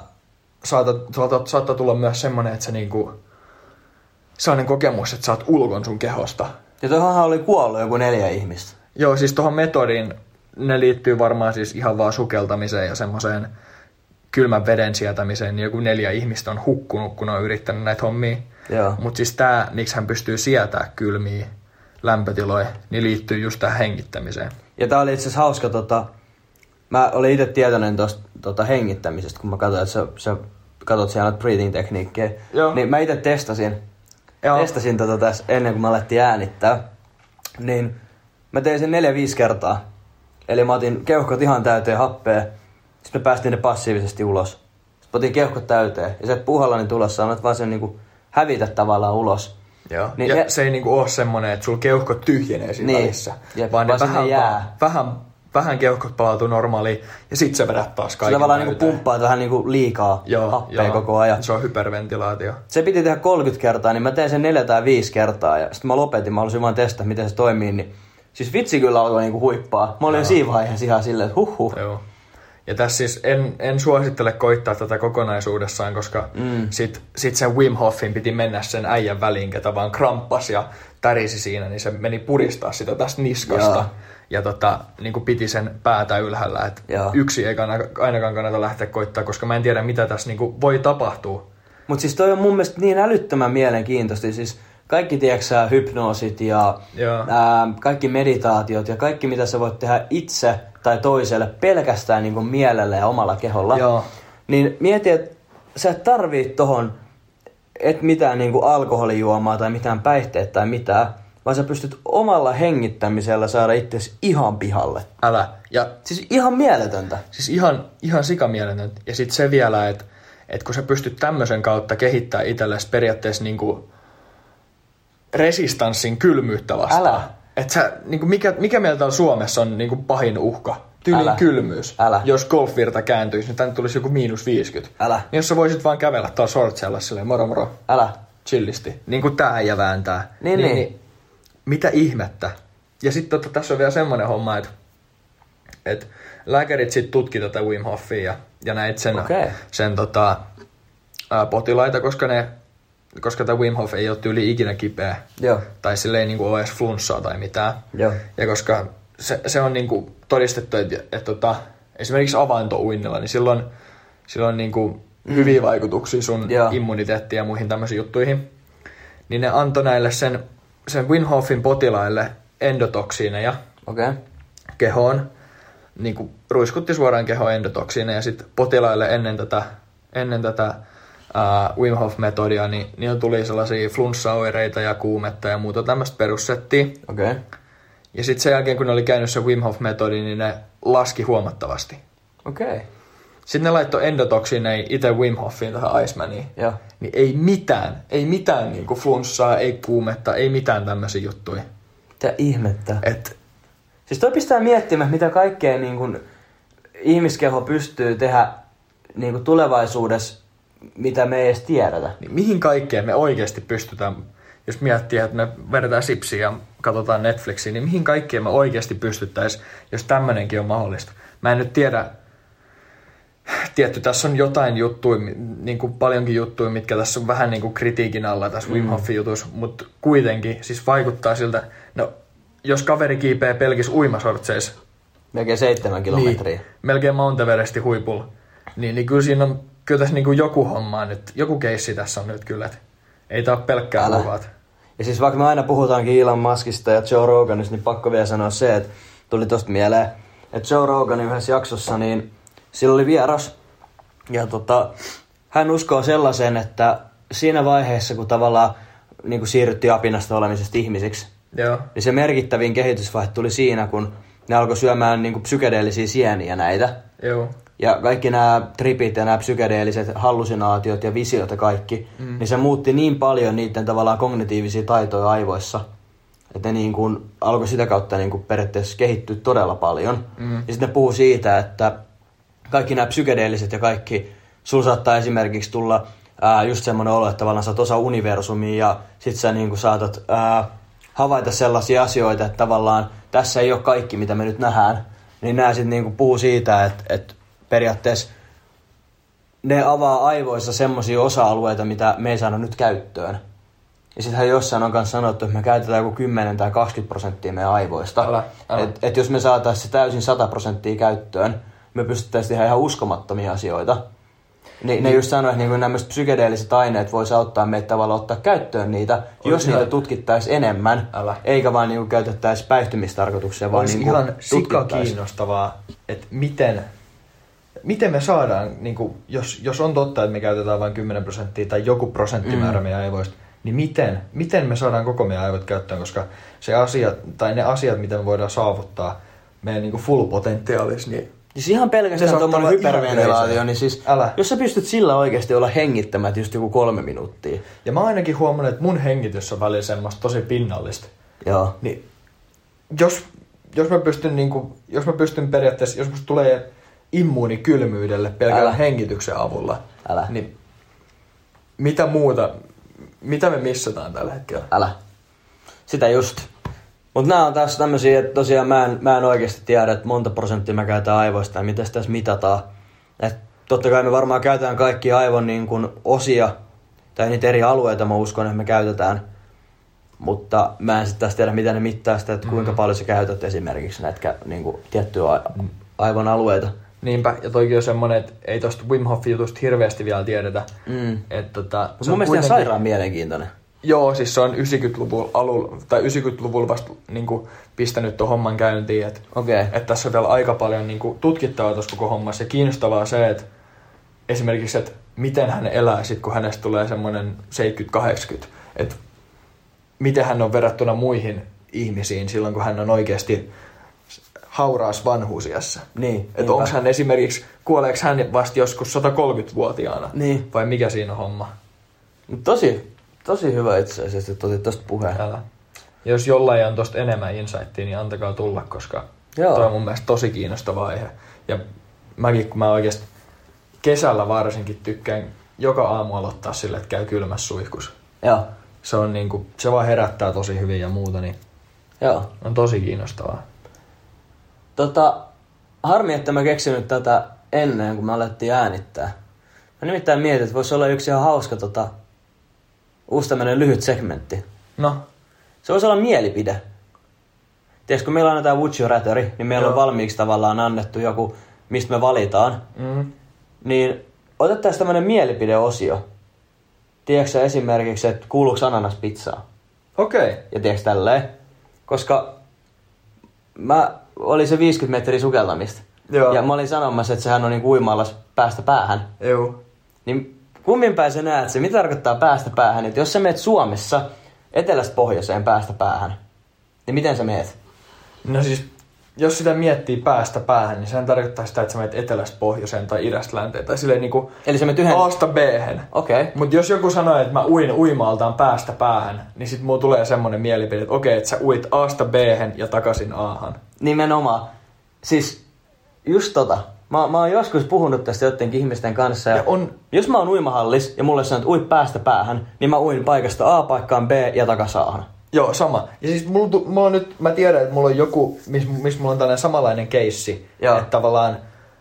saattaa tulla myös semmoinen, että se niinku, sellainen kokemus, että sä oot ulkon sun kehosta. Ja tuohonhan oli kuollut joku 4 ihmistä. Joo, siis tuohon metodiin ne liittyy varmaan siis ihan vaan sukeltamiseen ja semmoiseen kylmän veden sietämiseen. Niin joku 4 ihmistä on hukkunut, kun on yrittänyt näitä hommia. Mutta siis tää, miksi hän pystyy sietämään kylmiä lämpötiloja, niin liittyy just tähän hengittämiseen. Ja tää oli itse asiassa hauska, mä olin itse tietoinen tosta hengittämisestä, kun mä katsoin, että sä katsot siellä breathing-tekniikkiä. Niin mä itse testasin tässä ennen kuin mä alettiin äänittää. Niin mä tein sen 4-5 kertaa. Eli mä otin keuhkot ihan täyteen happea. Sitten me päästiin ne passiivisesti ulos. Sitten mä otin keuhkot täyteen. Ja se puhallani tulossa annat vaan sen niinku hävitä tavallaan ulos. Joo. Niin ja se ei niinku oo semmonen, että sulla keuhkot tyhjenee siinä välissä. Vaan ne vähän keuhkot palautuu normaaliin ja sit sä vedät taas kaiken. Se tavallaan niinku pumppaat vähän niinku liikaa happea koko ajan. Se on hyperventilaatio. Se piti tehdä 30 kertaa, niin mä tein sen 4 tai 5 kertaa ja sit mä lopetin. Mä halusin vaan testata, miten se toimii. Niin siis vitsi kyllä alkoi niinku huippaa. Mä olin siinä vaiheessa ihan silleen, että huhhuh. Joo. Ja tässä siis en suosittele koittaa tätä kokonaisuudessaan, koska sit sen Wim Hofin piti mennä sen äijän väliin, ketä vaan kramppasi ja tärisi siinä, niin se meni puristaa sitä tästä niskasta. Ja niin kuin piti sen päätä ylhäällä, että yksi ei ainakaan kannata lähteä koittaa, koska mä en tiedä mitä tässä niin kuin voi tapahtua. Mutta siis toi on mun mielestä niin älyttömän mielenkiintoista. Siis kaikki tieksää hypnoosit ja kaikki meditaatiot ja kaikki mitä sä voit tehdä itse tai toiselle pelkästään niin kuin mielellä ja omalla keholla. Niin mieti, että sä et tarvii tohon et mitään niin kuin alkoholijuomaa tai mitään päihteet tai mitään, vaan sä pystyt omalla hengittämisellä saada itsesi ihan pihalle. Älä. Ja siis ihan mieletöntä. Siis ihan sikamieletöntä. Ja sit se vielä, että kun sä pystyt tämmöisen kautta kehittämään itsellesi periaatteessa niinku resistanssin kylmyyttä vastaan. Älä. Että sä, niinku mikä meillä täällä Suomessa on niinku pahin uhka? Tyyliin kylmyys. Älä. Jos golfvirta kääntyisi, niin tänne tulisi joku -50. Älä. Niin jos sä voisit vaan kävellä tuolla shortseilla silleen moro. Älä. Chillisti. Niin kuin tää ja vääntää. Niin. Mitä ihmettä? Ja sitten tässä on vielä semmonen homma, että lääkärit sit tutki tätä Wim Hofia ja näit sen potilaita, koska tämä Wim Hof ei ole tyyli ikinä kipeä. Joo. Tai sille ei niinku ole edes flunssaa tai mitään. Joo. Ja koska se on niinku todistettu, että esimerkiksi avaintouinnilla, niin silloin on niinku hyviä vaikutuksia sun immuniteettiin ja muihin tämmöisiin juttuihin. Niin ne antoi näille sen Wim Hofin potilaille endotoksiineja kehoon. Niinku ruiskutti suoraan kehoon endotoksiineja ja sitten potilaille ennen tätä Wim Hof-metodia, niin tuli sellaisia flunssaoireita ja kuumetta ja muuta tämmöistä perussettiä. Okay. Ja sitten sen jälkeen, kun ne oli käynyt se Wim Hof-metodi, niin ne laski huomattavasti. Okay. Sitten ne laittoi endotoksiineja itse Wim Hofiin tähän Icemaniin. Ja. Niin ei mitään niinku flunssaa, ei kuumetta, ei mitään tämmöisiä juttuja. Mitä ihmettä? Siis toi pistää miettimään, mitä kaikkea niin kun ihmiskeho pystyy tehdä niin kun tulevaisuudessa, mitä me ei edes tiedetä. Niin mihin kaikkeen me oikeasti pystytään, jos miettii, että me vedetään sipsiä ja katsotaan Netflixiä, niin mihin kaikkeen me oikeasti pystyttäisiin, jos tämmönenkin on mahdollista. Mä en nyt tiedä, tässä on jotain juttuja, niin kuin paljonkin juttuja, mitkä tässä on vähän niin kuin kritiikin alla tässä Wim Hofin jutussa, mutta kuitenkin siis vaikuttaa siltä, no jos kaveri kiipee pelkissä uimasortseissa, melkein 7 kilometriä. Niin, melkein Mount Everestin huipulla. Niin kyllä tässä niin kuin joku homma nyt, joku keissi tässä on nyt kyllä, että ei tää ole pelkkää luvat. Ja siis vaikka me aina puhutaankin Elon Muskista ja Joe Roganista, niin pakko vielä sanoa se, että tuli tosta mieleen, että Joe Roganin yhdessä jaksossa, niin sillä oli vieras. Ja hän uskoo sellaisen, että siinä vaiheessa, kun tavallaan niin kuin siirryttiin apinasta olemisesta ihmisiksi, joo, niin se merkittävin kehitysvaihe tuli siinä, kun ne alkoi syömään niin kuin psykedeellisiä sieniä näitä. Joo. Ja kaikki nämä tripit ja nämä psykedeelliset hallusinaatiot ja visiot ja kaikki, niin se muutti niin paljon niiden tavallaan kognitiivisia taitoja aivoissa, että ne niin kuin alkoi sitä kautta niin kuin periaatteessa kehittyä todella paljon. Ja sitten ne puhuu siitä, että kaikki nämä psykedeelliset ja kaikki, sulla saattaa esimerkiksi tulla just semmoinen olo, että tavallaan sä oot osa universumia ja sit sä niin kuin saatat havaita sellaisia asioita, että tavallaan tässä ei ole kaikki, mitä me nyt nähdään. Niin nämä sitten niin kuin puhuu siitä, että periaatteessa ne avaa aivoissa semmoisia osa-alueita, mitä me ei saada nyt käyttöön. Ja sittenhän jossain on kanssa sanottu, että me käytetään joku 10 tai 20% meidän aivoista. Että jos me saataisiin se täysin 100% käyttöön, me pystyttäisiin tehdä ihan uskomattomia asioita. Ne just sanoo, että nämä psykedeelliset aineet voisi auttaa meitä tavallaan ottaa käyttöön niitä, jos niitä tutkittaisiin enemmän, eikä vaan niin käytettäisiin päihtymistarkoituksia, vaan niin ihan sika kiinnostavaa, että miten me saadaan, niin kuin, jos on totta, että me käytetään vain 10% tai joku prosenttimäärä meidän aivoista, niin miten me saadaan koko meidän aivot käyttöön, koska ne asiat, mitä me voidaan saavuttaa meidän niin kuin full potentiaalissa, niin siis ihan pelkästään tuommoinen hyperventilaatio, niin siis jos sä pystyt sillä oikeasti olla hengittämät just joku 3 minuuttia. Ja mä ainakin huomannut, että mun hengitys on välillä semmoista tosi pinnallista. Joo. Niin jos mä pystyn periaatteessa, jos musta tulee immuuni kylmyydelle pelkällä hengityksen avulla, niin mitä me missataan tällä hetkellä? Sitä just. Mutta nämä on taas tämmöisiä, että tosiaan mä en oikeasti tiedä, että monta prosenttia mä käytän aivoista ja mitä sitä tässä mitataan. Et totta kai me varmaan käytetään kaikki aivon niin kuin osia tai niitä eri alueita mä uskon, että me käytetään. Mutta mä en sitten taas tiedä, mitä ne mittaa sitä, että kuinka paljon sä käytät esimerkiksi näitä niin kuin tiettyjä aivon alueita. Niinpä, ja toikin on semmonen, että ei tosta Wim Hof-jutusta hirveästi vielä tiedetä. Mutta mun mielestä ihan sairaan mielenkiintoinen. Joo, siis se on 90-luvulla vasta niinku pistänyt ton homman käyntiin, että tässä on vielä aika paljon niinku tutkittavaa tuossa koko hommassa. Ja kiinnostavaa se, että esimerkiksi, että miten hän elää sit, kun hänestä tulee semmoinen 70-80. Että miten hän on verrattuna muihin ihmisiin silloin, kun hän on oikeasti hauraassa vanhuusiässä. Niin, että onko hän esimerkiksi, kuoleeko hän vasta joskus 130-vuotiaana? Niin. Vai mikä siinä on homma? Tosi hyvä itse asiassa, että otit tosta puheen. Jos jollain on tosta enemmän insightia, niin antakaa tulla, koska Joo. Toi on mun mielestä tosi kiinnostava aihe. Ja mäkin, kun mä oikeesti kesällä varsinkin tykkään joka aamu aloittaa sille, että käy kylmässä suihkus. Joo. Se on niinku, se vaan herättää tosi hyvin ja muuta, niin Joo. on tosi kiinnostavaa. Harmi, että mä keksinyt tätä ennen, kun me alettiin äänittää. Mä nimittäin mietin, että voisi olla yksi ihan hauska uusi tämmönen lyhyt segmentti. No. Se voisi olla mielipide. Tiedätkö, kun meillä on tää Would You Rather, niin meillä on valmiiksi tavallaan annettu joku, mistä me valitaan. Niin otettaisiin tämmönen mielipideosio. Tiedätkö esimerkiksi, että kuuluuko ananas pizzaa? Okei. Ja tiedätkö tälleen? Koska oli se 50 metriä sukeltamista. Joo. Ja mä olin sanomassa, että sehän on niin uimallas päästä päähän. Joo. Niin kummin päin sä näet se? Mitä tarkoittaa päästä päähän? Että jos sä meet Suomessa etelästä pohjoiseen päästä päähän, niin miten sä meet? No siis, jos sitä miettii päästä päähän, niin sehän tarkoittaa sitä, että sä menet etelästä pohjoiseen tai idästä länteen. Tai silleen niinku Eli sä menet yhden... A:sta B:hen. Okei. Mut jos joku sanoo, että mä uin uimaaltaan päästä päähän, niin sit mulla tulee semmonen mielipide, että okei, että sä uit A:sta B:hen ja takaisin A:han. Nimenomaan. Siis just Mä oon joskus puhunut tästä jotenkin ihmisten kanssa. Ja jos mä oon uimahallis ja mulle sanoo, että ui päästä päähän, niin mä uin paikasta A paikkaan B ja takas A:han. Joo, sama. Ja siis mulla on nyt, mä tiedän, että mulla on joku, missä mulla on tällainen samanlainen keissi. Joo. Että tavallaan,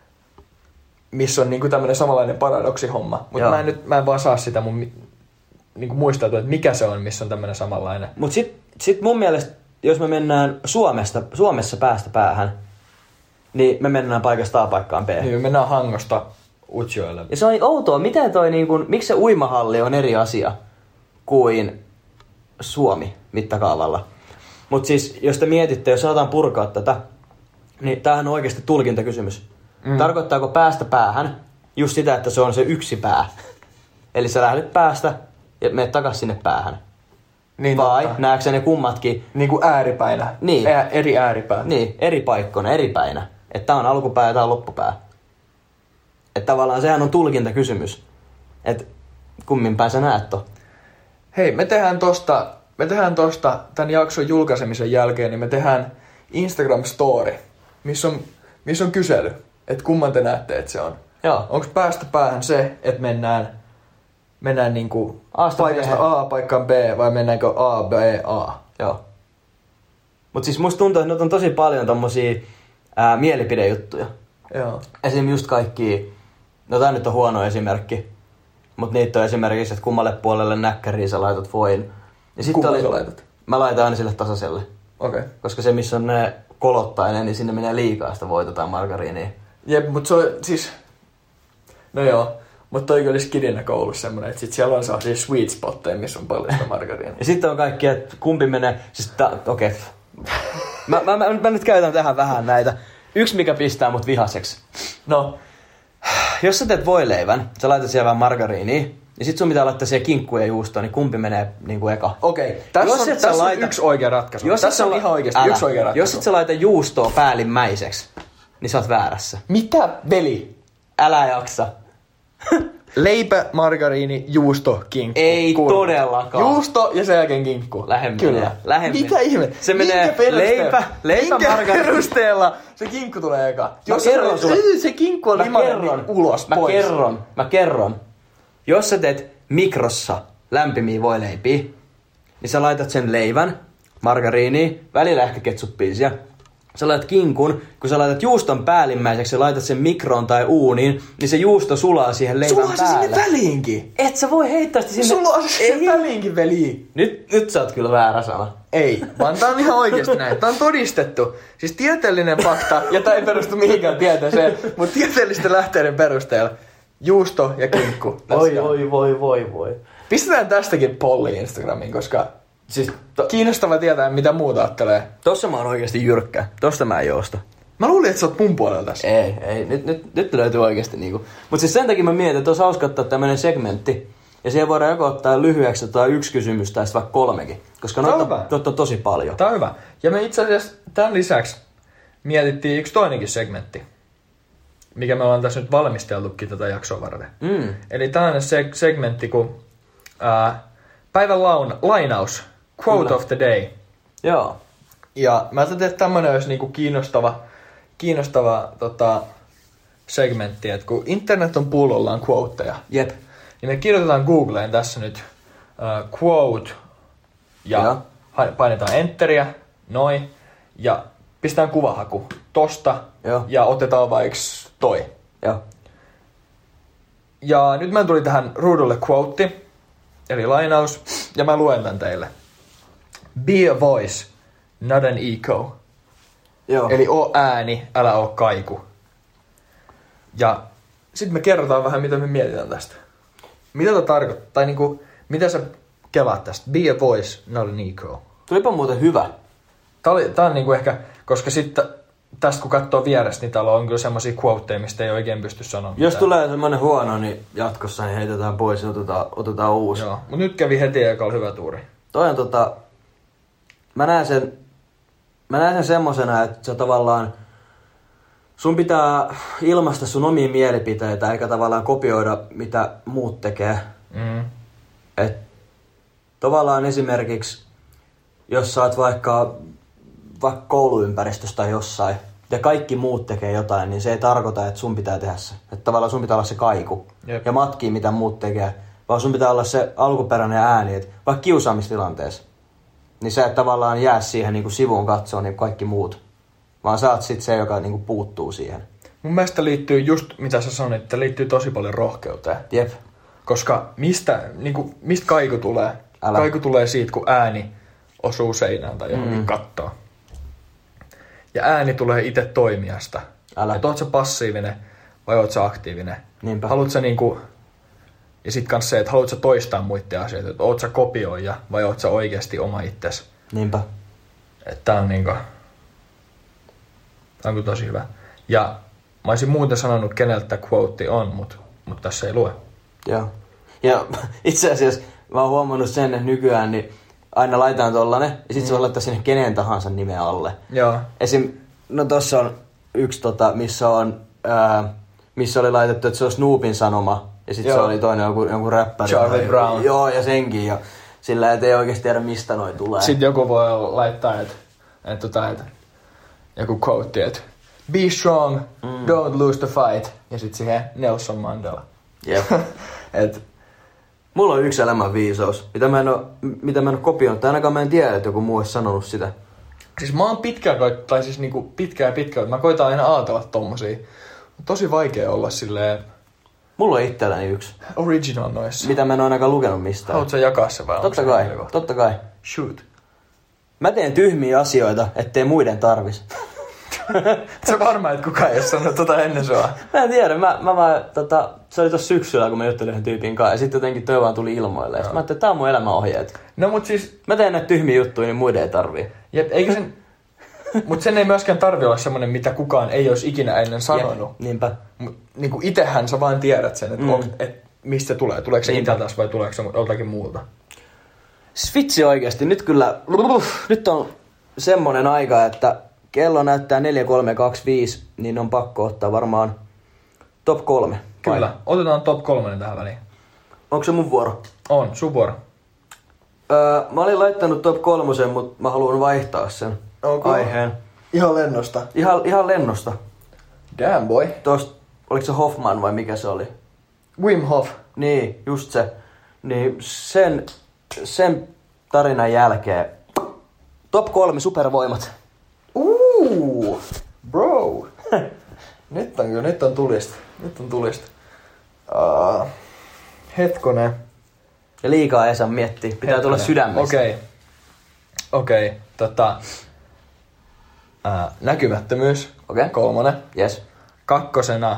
missä on niinku tämmönen samanlainen paradoksihomma. Mutta mä en vaan saa sitä mun niinku muistautua, että mikä se on, missä on tämmönen samanlainen. Mut sit mun mielestä, jos me mennään Suomessa päästä päähän, niin me mennään paikasta A paikkaan B. Niin, me mennään Hangosta Utsjoelle. Ja se on outoa, miten toi niinku, miksi se uimahalli on eri asia kuin Suomi mittakaavalla. Mut siis, jos te mietitte, jos aletaan purkaa tätä, niin tämähän on oikeasti tulkintakysymys. Tarkoittaako päästä päähän just sitä, että se on se yksi pää? Eli sä lähdet päästä ja menet takas sinne päähän. Niin, vai totta. näetkö ne kummatkin? Niinku ääripäinä. Niin. Eri ääripäät. Niin, eri paikkoina, eri päinä. Että tää on alkupää ja tää on loppupää. Että tavallaan sehän on tulkintakysymys. Että kummin päin sä näet to. Hei, me tehdään tosta tämän jakson julkaisemisen jälkeen, niin me tehdään Instagram story, missä on kysely, että kumman te näette, että se on. Joo. Onko päästä päähän se, että mennään niinku paikasta A paikkaan B vai mennäänkö A, B, A? Joo. Mut siis musta tuntuu, että nyt on tosi paljon tommosia mielipidejuttuja. Joo. Esimerkiksi just kaikki, no tää nyt on huono esimerkki, mut niitä on esimerkiksi, että kummalle puolelle näkkäriin sä laitat voin. Ja sit Kumman sä laitat? Mä laitan aina sille tasaiselle. Okei. Koska se, missä on ne kolottainen, niin sinne menee liikaa sitä voita tai margariinia. Jep, mut se on siis... No joo, mut toi olisi kidinä koulussa semmonen, että sit siellä on sellaisia sweet spotteja, missä on paljon sitä margariinia. Ja sitten on kaikki, että kumpi menee... Siis okei. Mä nyt käytän tähän vähän näitä. Yksi, mikä pistää mut vihaseksi. No. Jos sä teet voileivän, sä laitat siellä vähän margariinia, niin sit sun pitää laittaa siihen kinkkuja ja juustoa, niin kumpi menee niinku eka? Okei, tässä on yksi oikea ratkaisu. Tässä on ihan oikeasti yksi oikea ratkaisu. Jos et sä laita juustoa päällimmäiseksi, niin sä oot väärässä. Mitä, veli? Älä jaksa. Leipä, margariini, juusto, kinkku. Ei todellakaan. Juusto ja sen jälkeen kinkku. Lähemmä. Mitä ihme? Se menee leipä margariini. Perusteella se kinkku tulee eka. Jos kerron sulle. Se kinkku on limainen ulos pois. Mä kerron. Jos sä teet mikrossa lämpimiä voileipiä, niin sä laitat sen leivän, margariinia, välillä ehkä ketsuppia. Sä laitat kinkun, kun sä laitat juuston päällimmäiseksi ja laitat sen mikroon tai uuniin, niin se juusto sulaa siihen leivän päälle. Sulaa se sinne väliinkin. Et sä voi heittää sitä sinne. Sulaa se sinne väliinkin, veli. Nyt sä oot kyllä väärä sana. Ei, vaan tää on ihan oikeesti näin. Tää on todistettu. Siis tieteellinen fakta, ja tää ei perustu mihinkään tieteeseen, mutta tieteellisten lähteiden perusteella. Juusto ja kinkku. Voi. Pistetään tästäkin polli Instagramiin, koska siis kiinnostava tietää, mitä muuta ajattelee. Tossa mä oon oikeesti jyrkkä. Tosta mä en jousta. Mä luulin, että sä oot mun puolella tässä. Ei. Nyt löytyy oikeesti niinku. Mut siis sen takia mä mietin, että olisi hauska ottaa tämmönen segmentti. Ja siihen voidaan joko ottaa lyhyeksi tai yksi kysymys tai vaikka 3. Koska noita on tosi paljon. Tää on hyvä. Ja me itse asiassa tämän lisäksi mietittiin yksi toinenkin segmentti. Mikä me ollaan tässä nyt valmisteltukin tätä jaksoa varten. Eli tällainen segmentti kuin päivän lainaus. Quote of the day. Joo. Ja mä ajattelin, että tämmönen olisi niinku kiinnostava segmentti, että kun internet on pullollaan quoteja, Jep. niin me kirjoitetaan Googleen tässä nyt quote ja painetaan enteriä, noin, ja pistetään kuvahaku tosta Joo. ja otetaan vaikka toi. Joo. Ja nyt mä tuli tähän ruudulle quote, eli lainaus, ja mä luen tän teille. Be a voice, not an echo. Joo. Eli oo ääni, älä oo kaiku. Ja sitten me kerrotaan vähän, mitä me mietitään tästä. Mitä tämä tarkoittaa? Tai niinku, mitä sä kelaat tästä? Be a voice, not an echo. Tulipa muuten hyvä. Tää on niinku ehkä, koska sitten tästä kun katsoo vierestä, niin täällä on kyllä semmosia quoteja, mistä ei oikein pysty sanomaan. Jos tulee semmonen huono, niin jatkossa niin heitetään pois ja otetaan uusi. Joo, mutta nyt kävi heti eka oli hyvä tuuri. Toi on mä näen sen semmosena, että sä tavallaan, sun pitää ilmaista sun omia mielipiteitä, eikä tavallaan kopioida, mitä muut tekee. Et tavallaan esimerkiksi, jos sä oot vaikka kouluympäristössä tai jossain, ja kaikki muut tekee jotain, niin se ei tarkoita, että sun pitää tehdä se. Että tavallaan sun pitää olla se kaiku. Jep. Ja matkii, mitä muut tekee. Vaan sun pitää olla se alkuperäinen ääni, että vaikka kiusaamistilanteessa, niin sä et tavallaan jää siihen niin kuin sivuun katsoa niin kaikki muut. Vaan sä oot sit se, joka niin kuin puuttuu siihen. Mun mielestä liittyy just, mitä sä sanoit, että liittyy tosi paljon rohkeuteen. Jep. Koska mistä kaiku tulee? Kaiku tulee siitä, kun ääni osuu seinään tai johonkin kattoon. Ja ääni tulee itse toimijasta. Että oot sä passiivinen vai oot sä aktiivinen? Niinpä. Haluut sä niinku... Ja sit kans se, että haluat sä toistaa muiden asioita. Että oot sä kopioija vai oot sä oikeesti oma itsesi. Niinpä. Että tää on niinku... Tää on kyllä tosi hyvä. Ja mä olisin muuten sanonut, keneltä quote on, mut tässä ei lue. Joo. Ja itse asiassa mä oon huomannut sen, että nykyään niin aina laitetaan tollanen, ja sit se voi laittaa sinne kenen tahansa nimeä alle. Joo. Esim, no tossa on yksi missä oli laitettu, että se on Snoopin sanoma, ja sit se oli toinen joku räppäri. Charlie Brown. Joo, ja senkin, ja sillä et ei oikeesti tiedä mistä noi tulee. Sitten joku voi laittaa, että joku quote, että be strong, don't lose the fight. Ja sit siihen Nelson Mandela. Jep. Et, Mulla on yksi elämän viisaus, mitä mä en oo kopioinut, tai ainakaan mä en tiedä, että joku muu olisi sanonut sitä. siis mä oon pitkään, mä koitan aina ajatella tommosia. Tosi vaikea olla silleen Mulla on itselläni yksi, original noissa. mitä mä en oo ainakaan lukenut mistään. Haluatko sä jakaa se vai? Totta kai. Shoot. Mä teen tyhmiä asioita, ettei muiden tarvis. Sä varma, että kukaan ei ole sanonut ennen sua. Mä en tiedä, mä vaan, se oli tossa syksyllä, kun mä juttelin yhden tyypin kanssa, ja sitten jotenkin toi vaan tuli ilmoille. Ja sit mä ajattelin, että tää on mun elämäohjeet. No mut siis... Mä teen näitä tyhmiä juttuja, niin muiden ei tarvii. Jep, eikä sen... mut sen ei myöskään tarvi olla semmonen, mitä kukaan ei olisi ikinä ennen sanonut. Jep, niinpä. Niinku itehän sä vaan tiedät sen, että mistä se tulee. Tuleeko se itseltäsi vai tuleeko se joltakin muulta? Svitsi oikeesti, nyt on semmonen aika, että kello näyttää 4:3:25, niin on pakko ottaa varmaan top 3. Kyllä, otetaan top 3 tähän väliin. Onko se mun vuoro? On, sun vuoro. Mä olin laittanut top 3, mutta mä haluan vaihtaa sen aiheen. Ihan lennosta. Ihan lennosta. Damn boy. Tosta, oliko se Hoffman vai mikä se oli? Wim Hof. Niin, just se. Niin sen tarinan jälkeen top 3 supervoimat. Bro. Nyt on tulista. Hetkonen. Ja liikaa ei saa miettiä. Pitää tulla sydämestä. Okei. Näkymättömyys. Okei. 3. Yes. 2.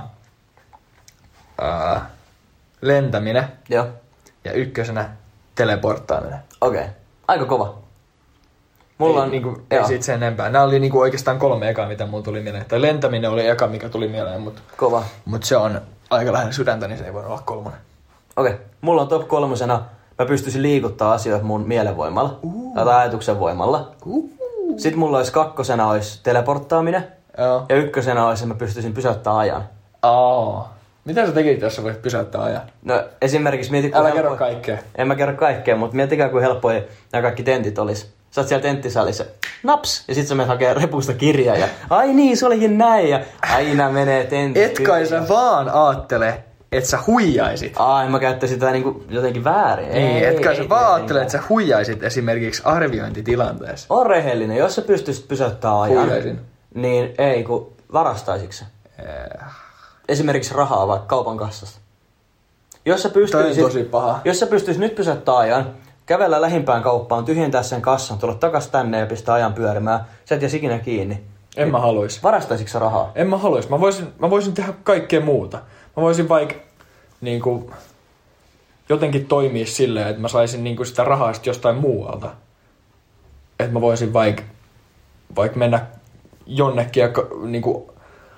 Lentäminen. Joo. Ja 1. teleporttaaminen. Okei. Aika kova. Mulla ei, on... ei siitä sen enempää. Nämä oli oikeastaan 3 ekaa, mitä mulla tuli mieleen. Tai lentäminen oli eka, mikä tuli mieleen, mutta... Kova. Mutta se on aika lähellä sydäntä, niin se ei voi olla 3. Okei. Mulla on top 3. Mä pystyisin liikuttaa asioita mun mielenvoimalla. Tai ajatuksen voimalla. Sitten mulla olisi 2. olisi teleporttaaminen. Joo. Ja 1. olisi, että mä pystyisin pysäyttämään ajan. Mitä sä tekit, jos sä voit pysäyttää ajan? No esimerkiksi mietin... Älä kerro kaikkea. En mä kerro kaikkea, mutta miettikää, kuin helppoja nämä kaikki tentit olis. Sä oot siellä tenttisalissa, naps, ja sit sä menet hakee repusta kirjaa ja ai niin, se olikin näin ja aina menee tentti. Et kai sä vaan aattele, että sä huijaisit. Ai, mä käyttäisin sitä niinku jotenkin väärin. Niin, et kai sä vaan aattele, että sä huijaisit esimerkiksi arviointitilanteessa. On rehellinen, jos sä pystyisit pysäyttämään ajan. Huijaisin. Niin ei, kun varastaisitko sä? Esimerkiksi rahaa vaikka kaupan kassasta. Jos sä pystyisit, tosi paha. Jos sä pystyisit nyt pysäyttämään ajan, kävellä lähimpään kauppaan, tyhjentää sen kassan, tulla takas tänne ja pistää ajan pyörimään, sä et jäisi ikinä kiinni. En mä haluis. Varastaisitko sä rahaa? En mä haluis. Mä voisin tehdä kaikkea muuta. Mä voisin vaikka niinku jotenkin toimia silleen, että mä saisin niinku sitä rahaa sit jostain muualta. Että mä voisin vaikka mennä jonnekin ja niinku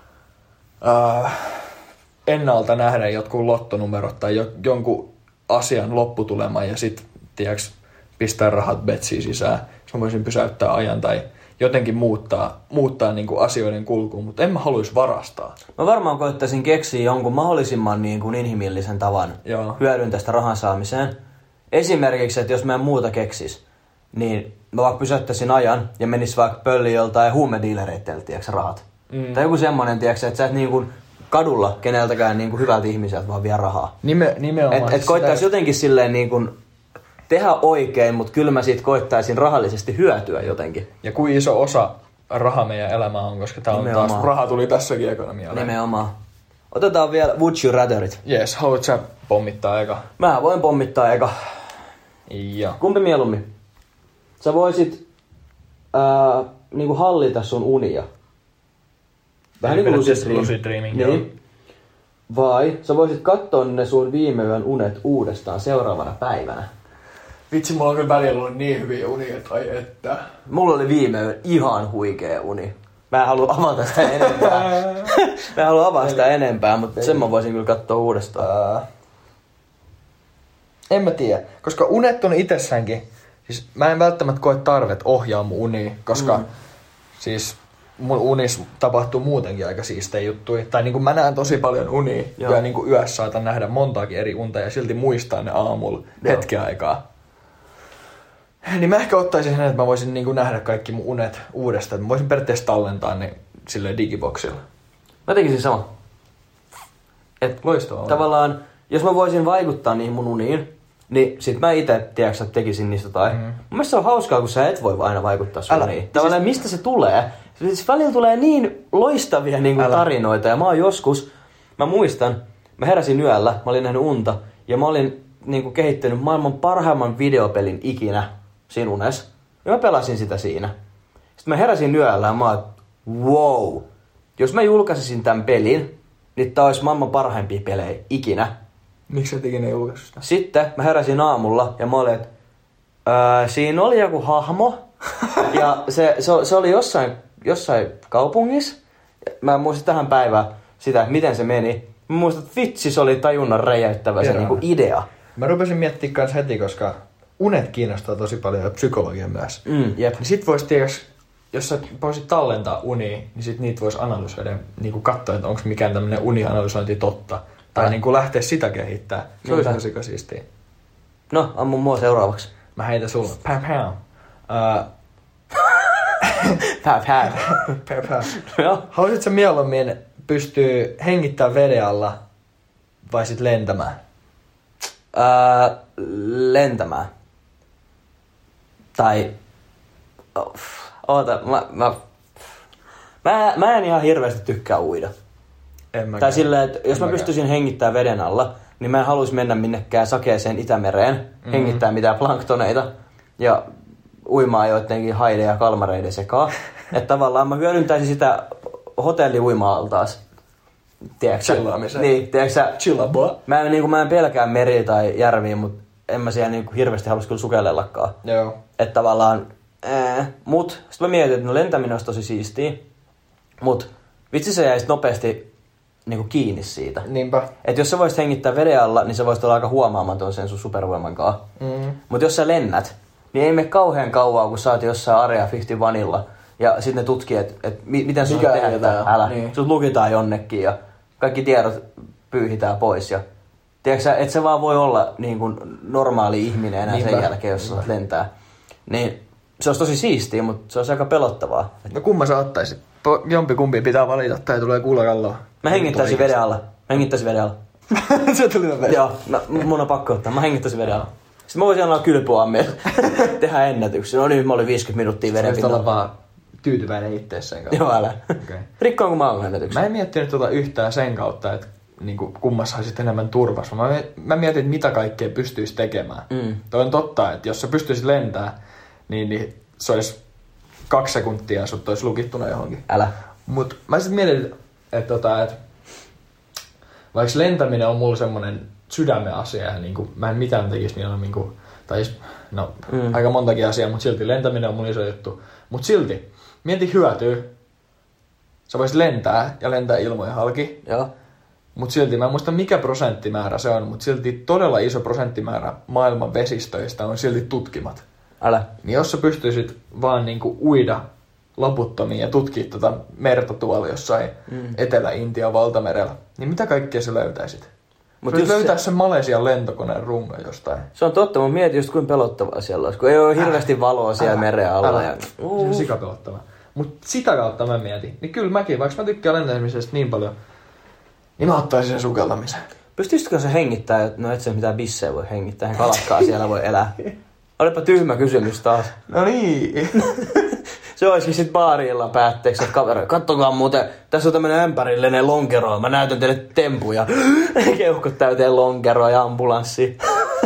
ennalta nähdä jotkut lottonumerot tai jonkun asian lopputuleman ja sit, tiiäks, pistää rahat betsiin sisään. Mä voisin pysäyttää ajan tai jotenkin muuttaa niinku asioiden kulkuun, mutta en mä haluis varastaa. Mä varmaan koittaisin keksiä jonkun mahdollisimman niin kuin inhimillisen tavan hyödyntää sitä rahan saamiseen. Esimerkiksi, että jos mä en muuta keksis, niin mä vaikka pysäyttäisin ajan ja menis vaikka pölliin joltain huumediilereitteiltä, tiiäks, rahat. Tai joku semmonen, tiiäks, että sä et niin kuin kadulla keneltäkään niin kuin hyvältä ihmiseltä vaan vie rahaa. Nimenomaan. Et koittais jotenkin silleen niin kuin tehdä oikein, mutta kyllä mä siitä koittaisin rahallisesti hyötyä jotenkin. Ja kuin iso osa raha meidän elämää on, koska tää on taas, raha tuli tässäkin ekonomiaan. Nimenomaan. Otetaan vielä would you ratherit. Yes, haluat sä pommittaa eka? Mä voin pommittaa eka. Ja. Kumpi mieluummin? Sä voisit niinku hallita sun unia. Vähän niinku lucid dreaming. Niin. Vai sä voisit katsoa ne sun viime yön unet uudestaan seuraavana päivänä. Vitsi, mulla on kyllä välillä ollut niin hyviä unia, tai että... Mulla oli viime yön ihan huikea uni. Mä en halua avata sitä enempää. Mä en halua avata sitä enempää, mutta sen mä voisin kyllä katsoa uudestaan. En mä tiedä, koska unet on itsessäänkin... Siis mä en välttämättä koe tarvet ohjaa mun unia, koska siis mun unis tapahtuu muutenkin aika siistejä juttuja. Tai niinku mä näen tosi paljon unia, ja niinku yössä saatan nähdä montaakin eri unta ja silti muistaa ne aamulla hetken aikaa. Niin mä ehkä ottaisin sen, että mä voisin niinku nähdä kaikki mun unet uudestaan. Mä voisin periaatteessa tallentaa ne silleen digiboksilla. Mä tekisin sama. Et loistavaa. Tavallaan, jos mä voisin vaikuttaa niihin mun uniin, niin sit mä ite, tiedätkö, tekisin niistä jotain. Mun mielestä se on hauskaa, kun sä et voi aina vaikuttaa sun uniin. Tavallaan mistä se tulee? Siis välillä tulee niin loistavia niin kuin tarinoita. Ja mä oon joskus, mä muistan, mä heräsin yöllä, mä olin nähnyt unta. Ja mä olin niin kuin kehittänyt maailman parhaimman videopelin ikinä siinä unessa. Ja mä pelasin sitä siinä. Sitten mä heräsin yöllä ja mä oon, wow. Jos mä julkaisisin tämän pelin, niin tää olisi maailman parhaimpia pelejä ikinä. Miksi et ikinä julkaissut sitä? Sitten mä heräsin aamulla ja mä olin, että siinä oli joku hahmo. Ja se oli jossain kaupungissa. Mä en muista tähän päivään sitä, miten se meni. Mä muistan, että vitsi, se oli tajunnan räjäyttävä se niinku idea. Mä rupesin miettimään kans heti, koska unet kiinnostaa tosi paljon ja psykologia myös. Jep. Niin sit vois tiedäks, jos sä voisit tallentaa unia, niin sit niitä vois analysoida, niinku katsoa, että onko mikään tämmönen unianalysointi totta. Tai niinku lähteä sitä kehittää. Se olisi tosi siistiä. No, ammun mua seuraavaksi. Mä heitän sulle. Pam. Joo. Haluaisit sä mieluummin pystyy hengittämään veden alla vai sit lentämään? Lentämään. Tai... Oota, mä en ihan hirveästi tykkää uida. Tai silleen, että jos mä pystyisin hengittämään veden alla, niin mä en haluaisi mennä minnekään sakeeseen Itämereen, hengittää mitään planktoneita ja uimaa joidenkin haiden ja kalmareiden sekaan. Että tavallaan mä hyödyntäisin sitä hotelli-uima-altaas. Chillaamiseen. Niin, tiedätkö Chillabua. mä en pelkää meriä tai järviä, mutta en mä siellä niinku hirveästi halus kyllä sukellellakaan. Joo. Että tavallaan, mut sit mä mietin, että no lentäminen olisi tosi siistiä, mut vitsi se jäisi nopeasti niinku kiinni siitä. Niinpä. Et jos sä voisit hengittää veden alla, niin sä voisit olla aika huomaamaton sen sun supervoiman kanssa. Mut jos sä lennät, niin ei mene kauhean kauaa, kun sä oot jossain Area 51 ja sitten ne tutkii, että miten sun tehdään. Älä. Niin. Sut lukitaan jonnekin ja kaikki tiedot pyyhitään pois. Ja tiedätkö sä, et sä vaan voi olla niin kuin normaali ihminen enää sen jälkeen, jos sä lentää. Niin se olisi tosi siistiä, mutta se olisi aika pelottavaa. No kumma sä ottaisit? Jompikumpi pitää valita tai tulee kuulakalloa. Mä hengittäisin veden alla. Se tuli nopeasti. Joo, no, mun on pakko ottaa. Mä hengittäisin veden alla. Sitten mä voisin antaa kylpyammeelle tehdä ennätyksen. No nyt mä olin 50 minuuttia veden pinnalla. Olla vaan tyytyväinen itteessään kautta. Joo, älä. Okay. Rikkoonko mä oon ennätyksen? Mä en miettinyt yhtään sen kautta, että niinku, kummassa olisit enemmän turvassa. Mä mietin, että mitä kaikkea pystyisi tekemään. Toi on totta, että jos sä pystyisit lentämään, niin se olisi 2 sekuntia ja sut olisi lukittuna johonkin. Älä. Mut mä sit mietin, että vaikka lentäminen on mulla semmonen sydämen asia ja niinku, mä en mitään tekisi milloin niinku, aika montakin asiaa, mutta silti lentäminen on mun iso juttu. Mut silti, mieti hyötyä. Sä vois lentää ja lentää ilmojen halki. Joo. Mut silti, mä en muista mikä prosenttimäärä se on, mut silti todella iso prosenttimäärä maailman vesistöistä on silti tutkimat. Älä. Niin jos sä pystyisit vaan niinku uida loputtomiin ja tutkia tätä merta tuolla jossain Etelä-Intian valtamerellä, niin mitä kaikkea sä löytäisit? Mut jos löytää sen Malesian lentokoneen rungon jostain. Se on totta, mutta mieti just kuinka pelottavaa siellä olisi, kun ei ole hirveästi valoa siellä meren alla. Ja... Se on sikapelottavaa. Mut sitä kautta mä mietin. Niin kyllä mäkin, vaikka mä tykkään lentämisestä niin paljon, niin mä ottaisin sen sukeltamisen. Pystyisitkö se hengittää? No et se mitään bissejä voi hengittää, hän kalakkaa siellä voi elää. Olipa tyhmä kysymys taas. No niin. Se olisikin sit baari-illan päätteeksi, että kaveri, kattokaa muuten, tässä on tämmönen ämpärillinen lonkero, mä näytän teille tempuja. Keuhkot täyteen lonkeroa ja ambulanssi.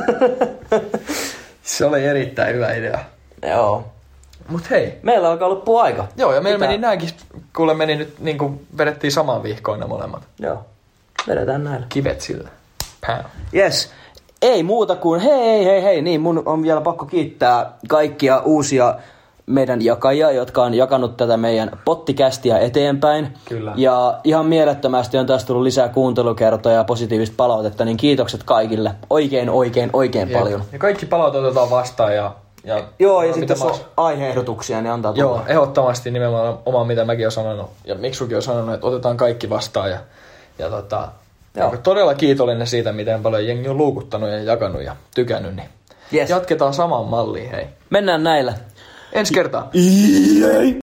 Se oli erittäin hyvä idea. Joo. Mut hei. Meillä alkaa loppua aika. Joo, ja meillä meni nääkin, kuule meni nyt niinku vedettiin samaan vihkoina molemmat. Joo. Vedetään näillä. Kivet sillä. Pow. Yes. Ei muuta kuin hei. Niin, mun on vielä pakko kiittää kaikkia uusia meidän jakajia, jotka on jakanut tätä meidän pottikästiä eteenpäin. Kyllä. Ja ihan mielettömästi on taas tullut lisää kuuntelukertoja ja positiivista palautetta, niin kiitokset kaikille. Oikein paljon. Ja kaikki palautet otetaan vastaan Joo, ja sitten jos on aihe-ehdotuksia, niin antaa tulla. Joo, ehdottomasti nimenomaan omaa, mitä mäkin olen sanonut. Ja Miksukin on sanonut, että otetaan kaikki vastaan. Ja todella kiitollinen siitä, miten paljon jengi on luukuttanut ja jakanut ja tykännyt. Niin yes. Jatketaan saman malliin, hei. Mennään näillä. Ensi kertaa.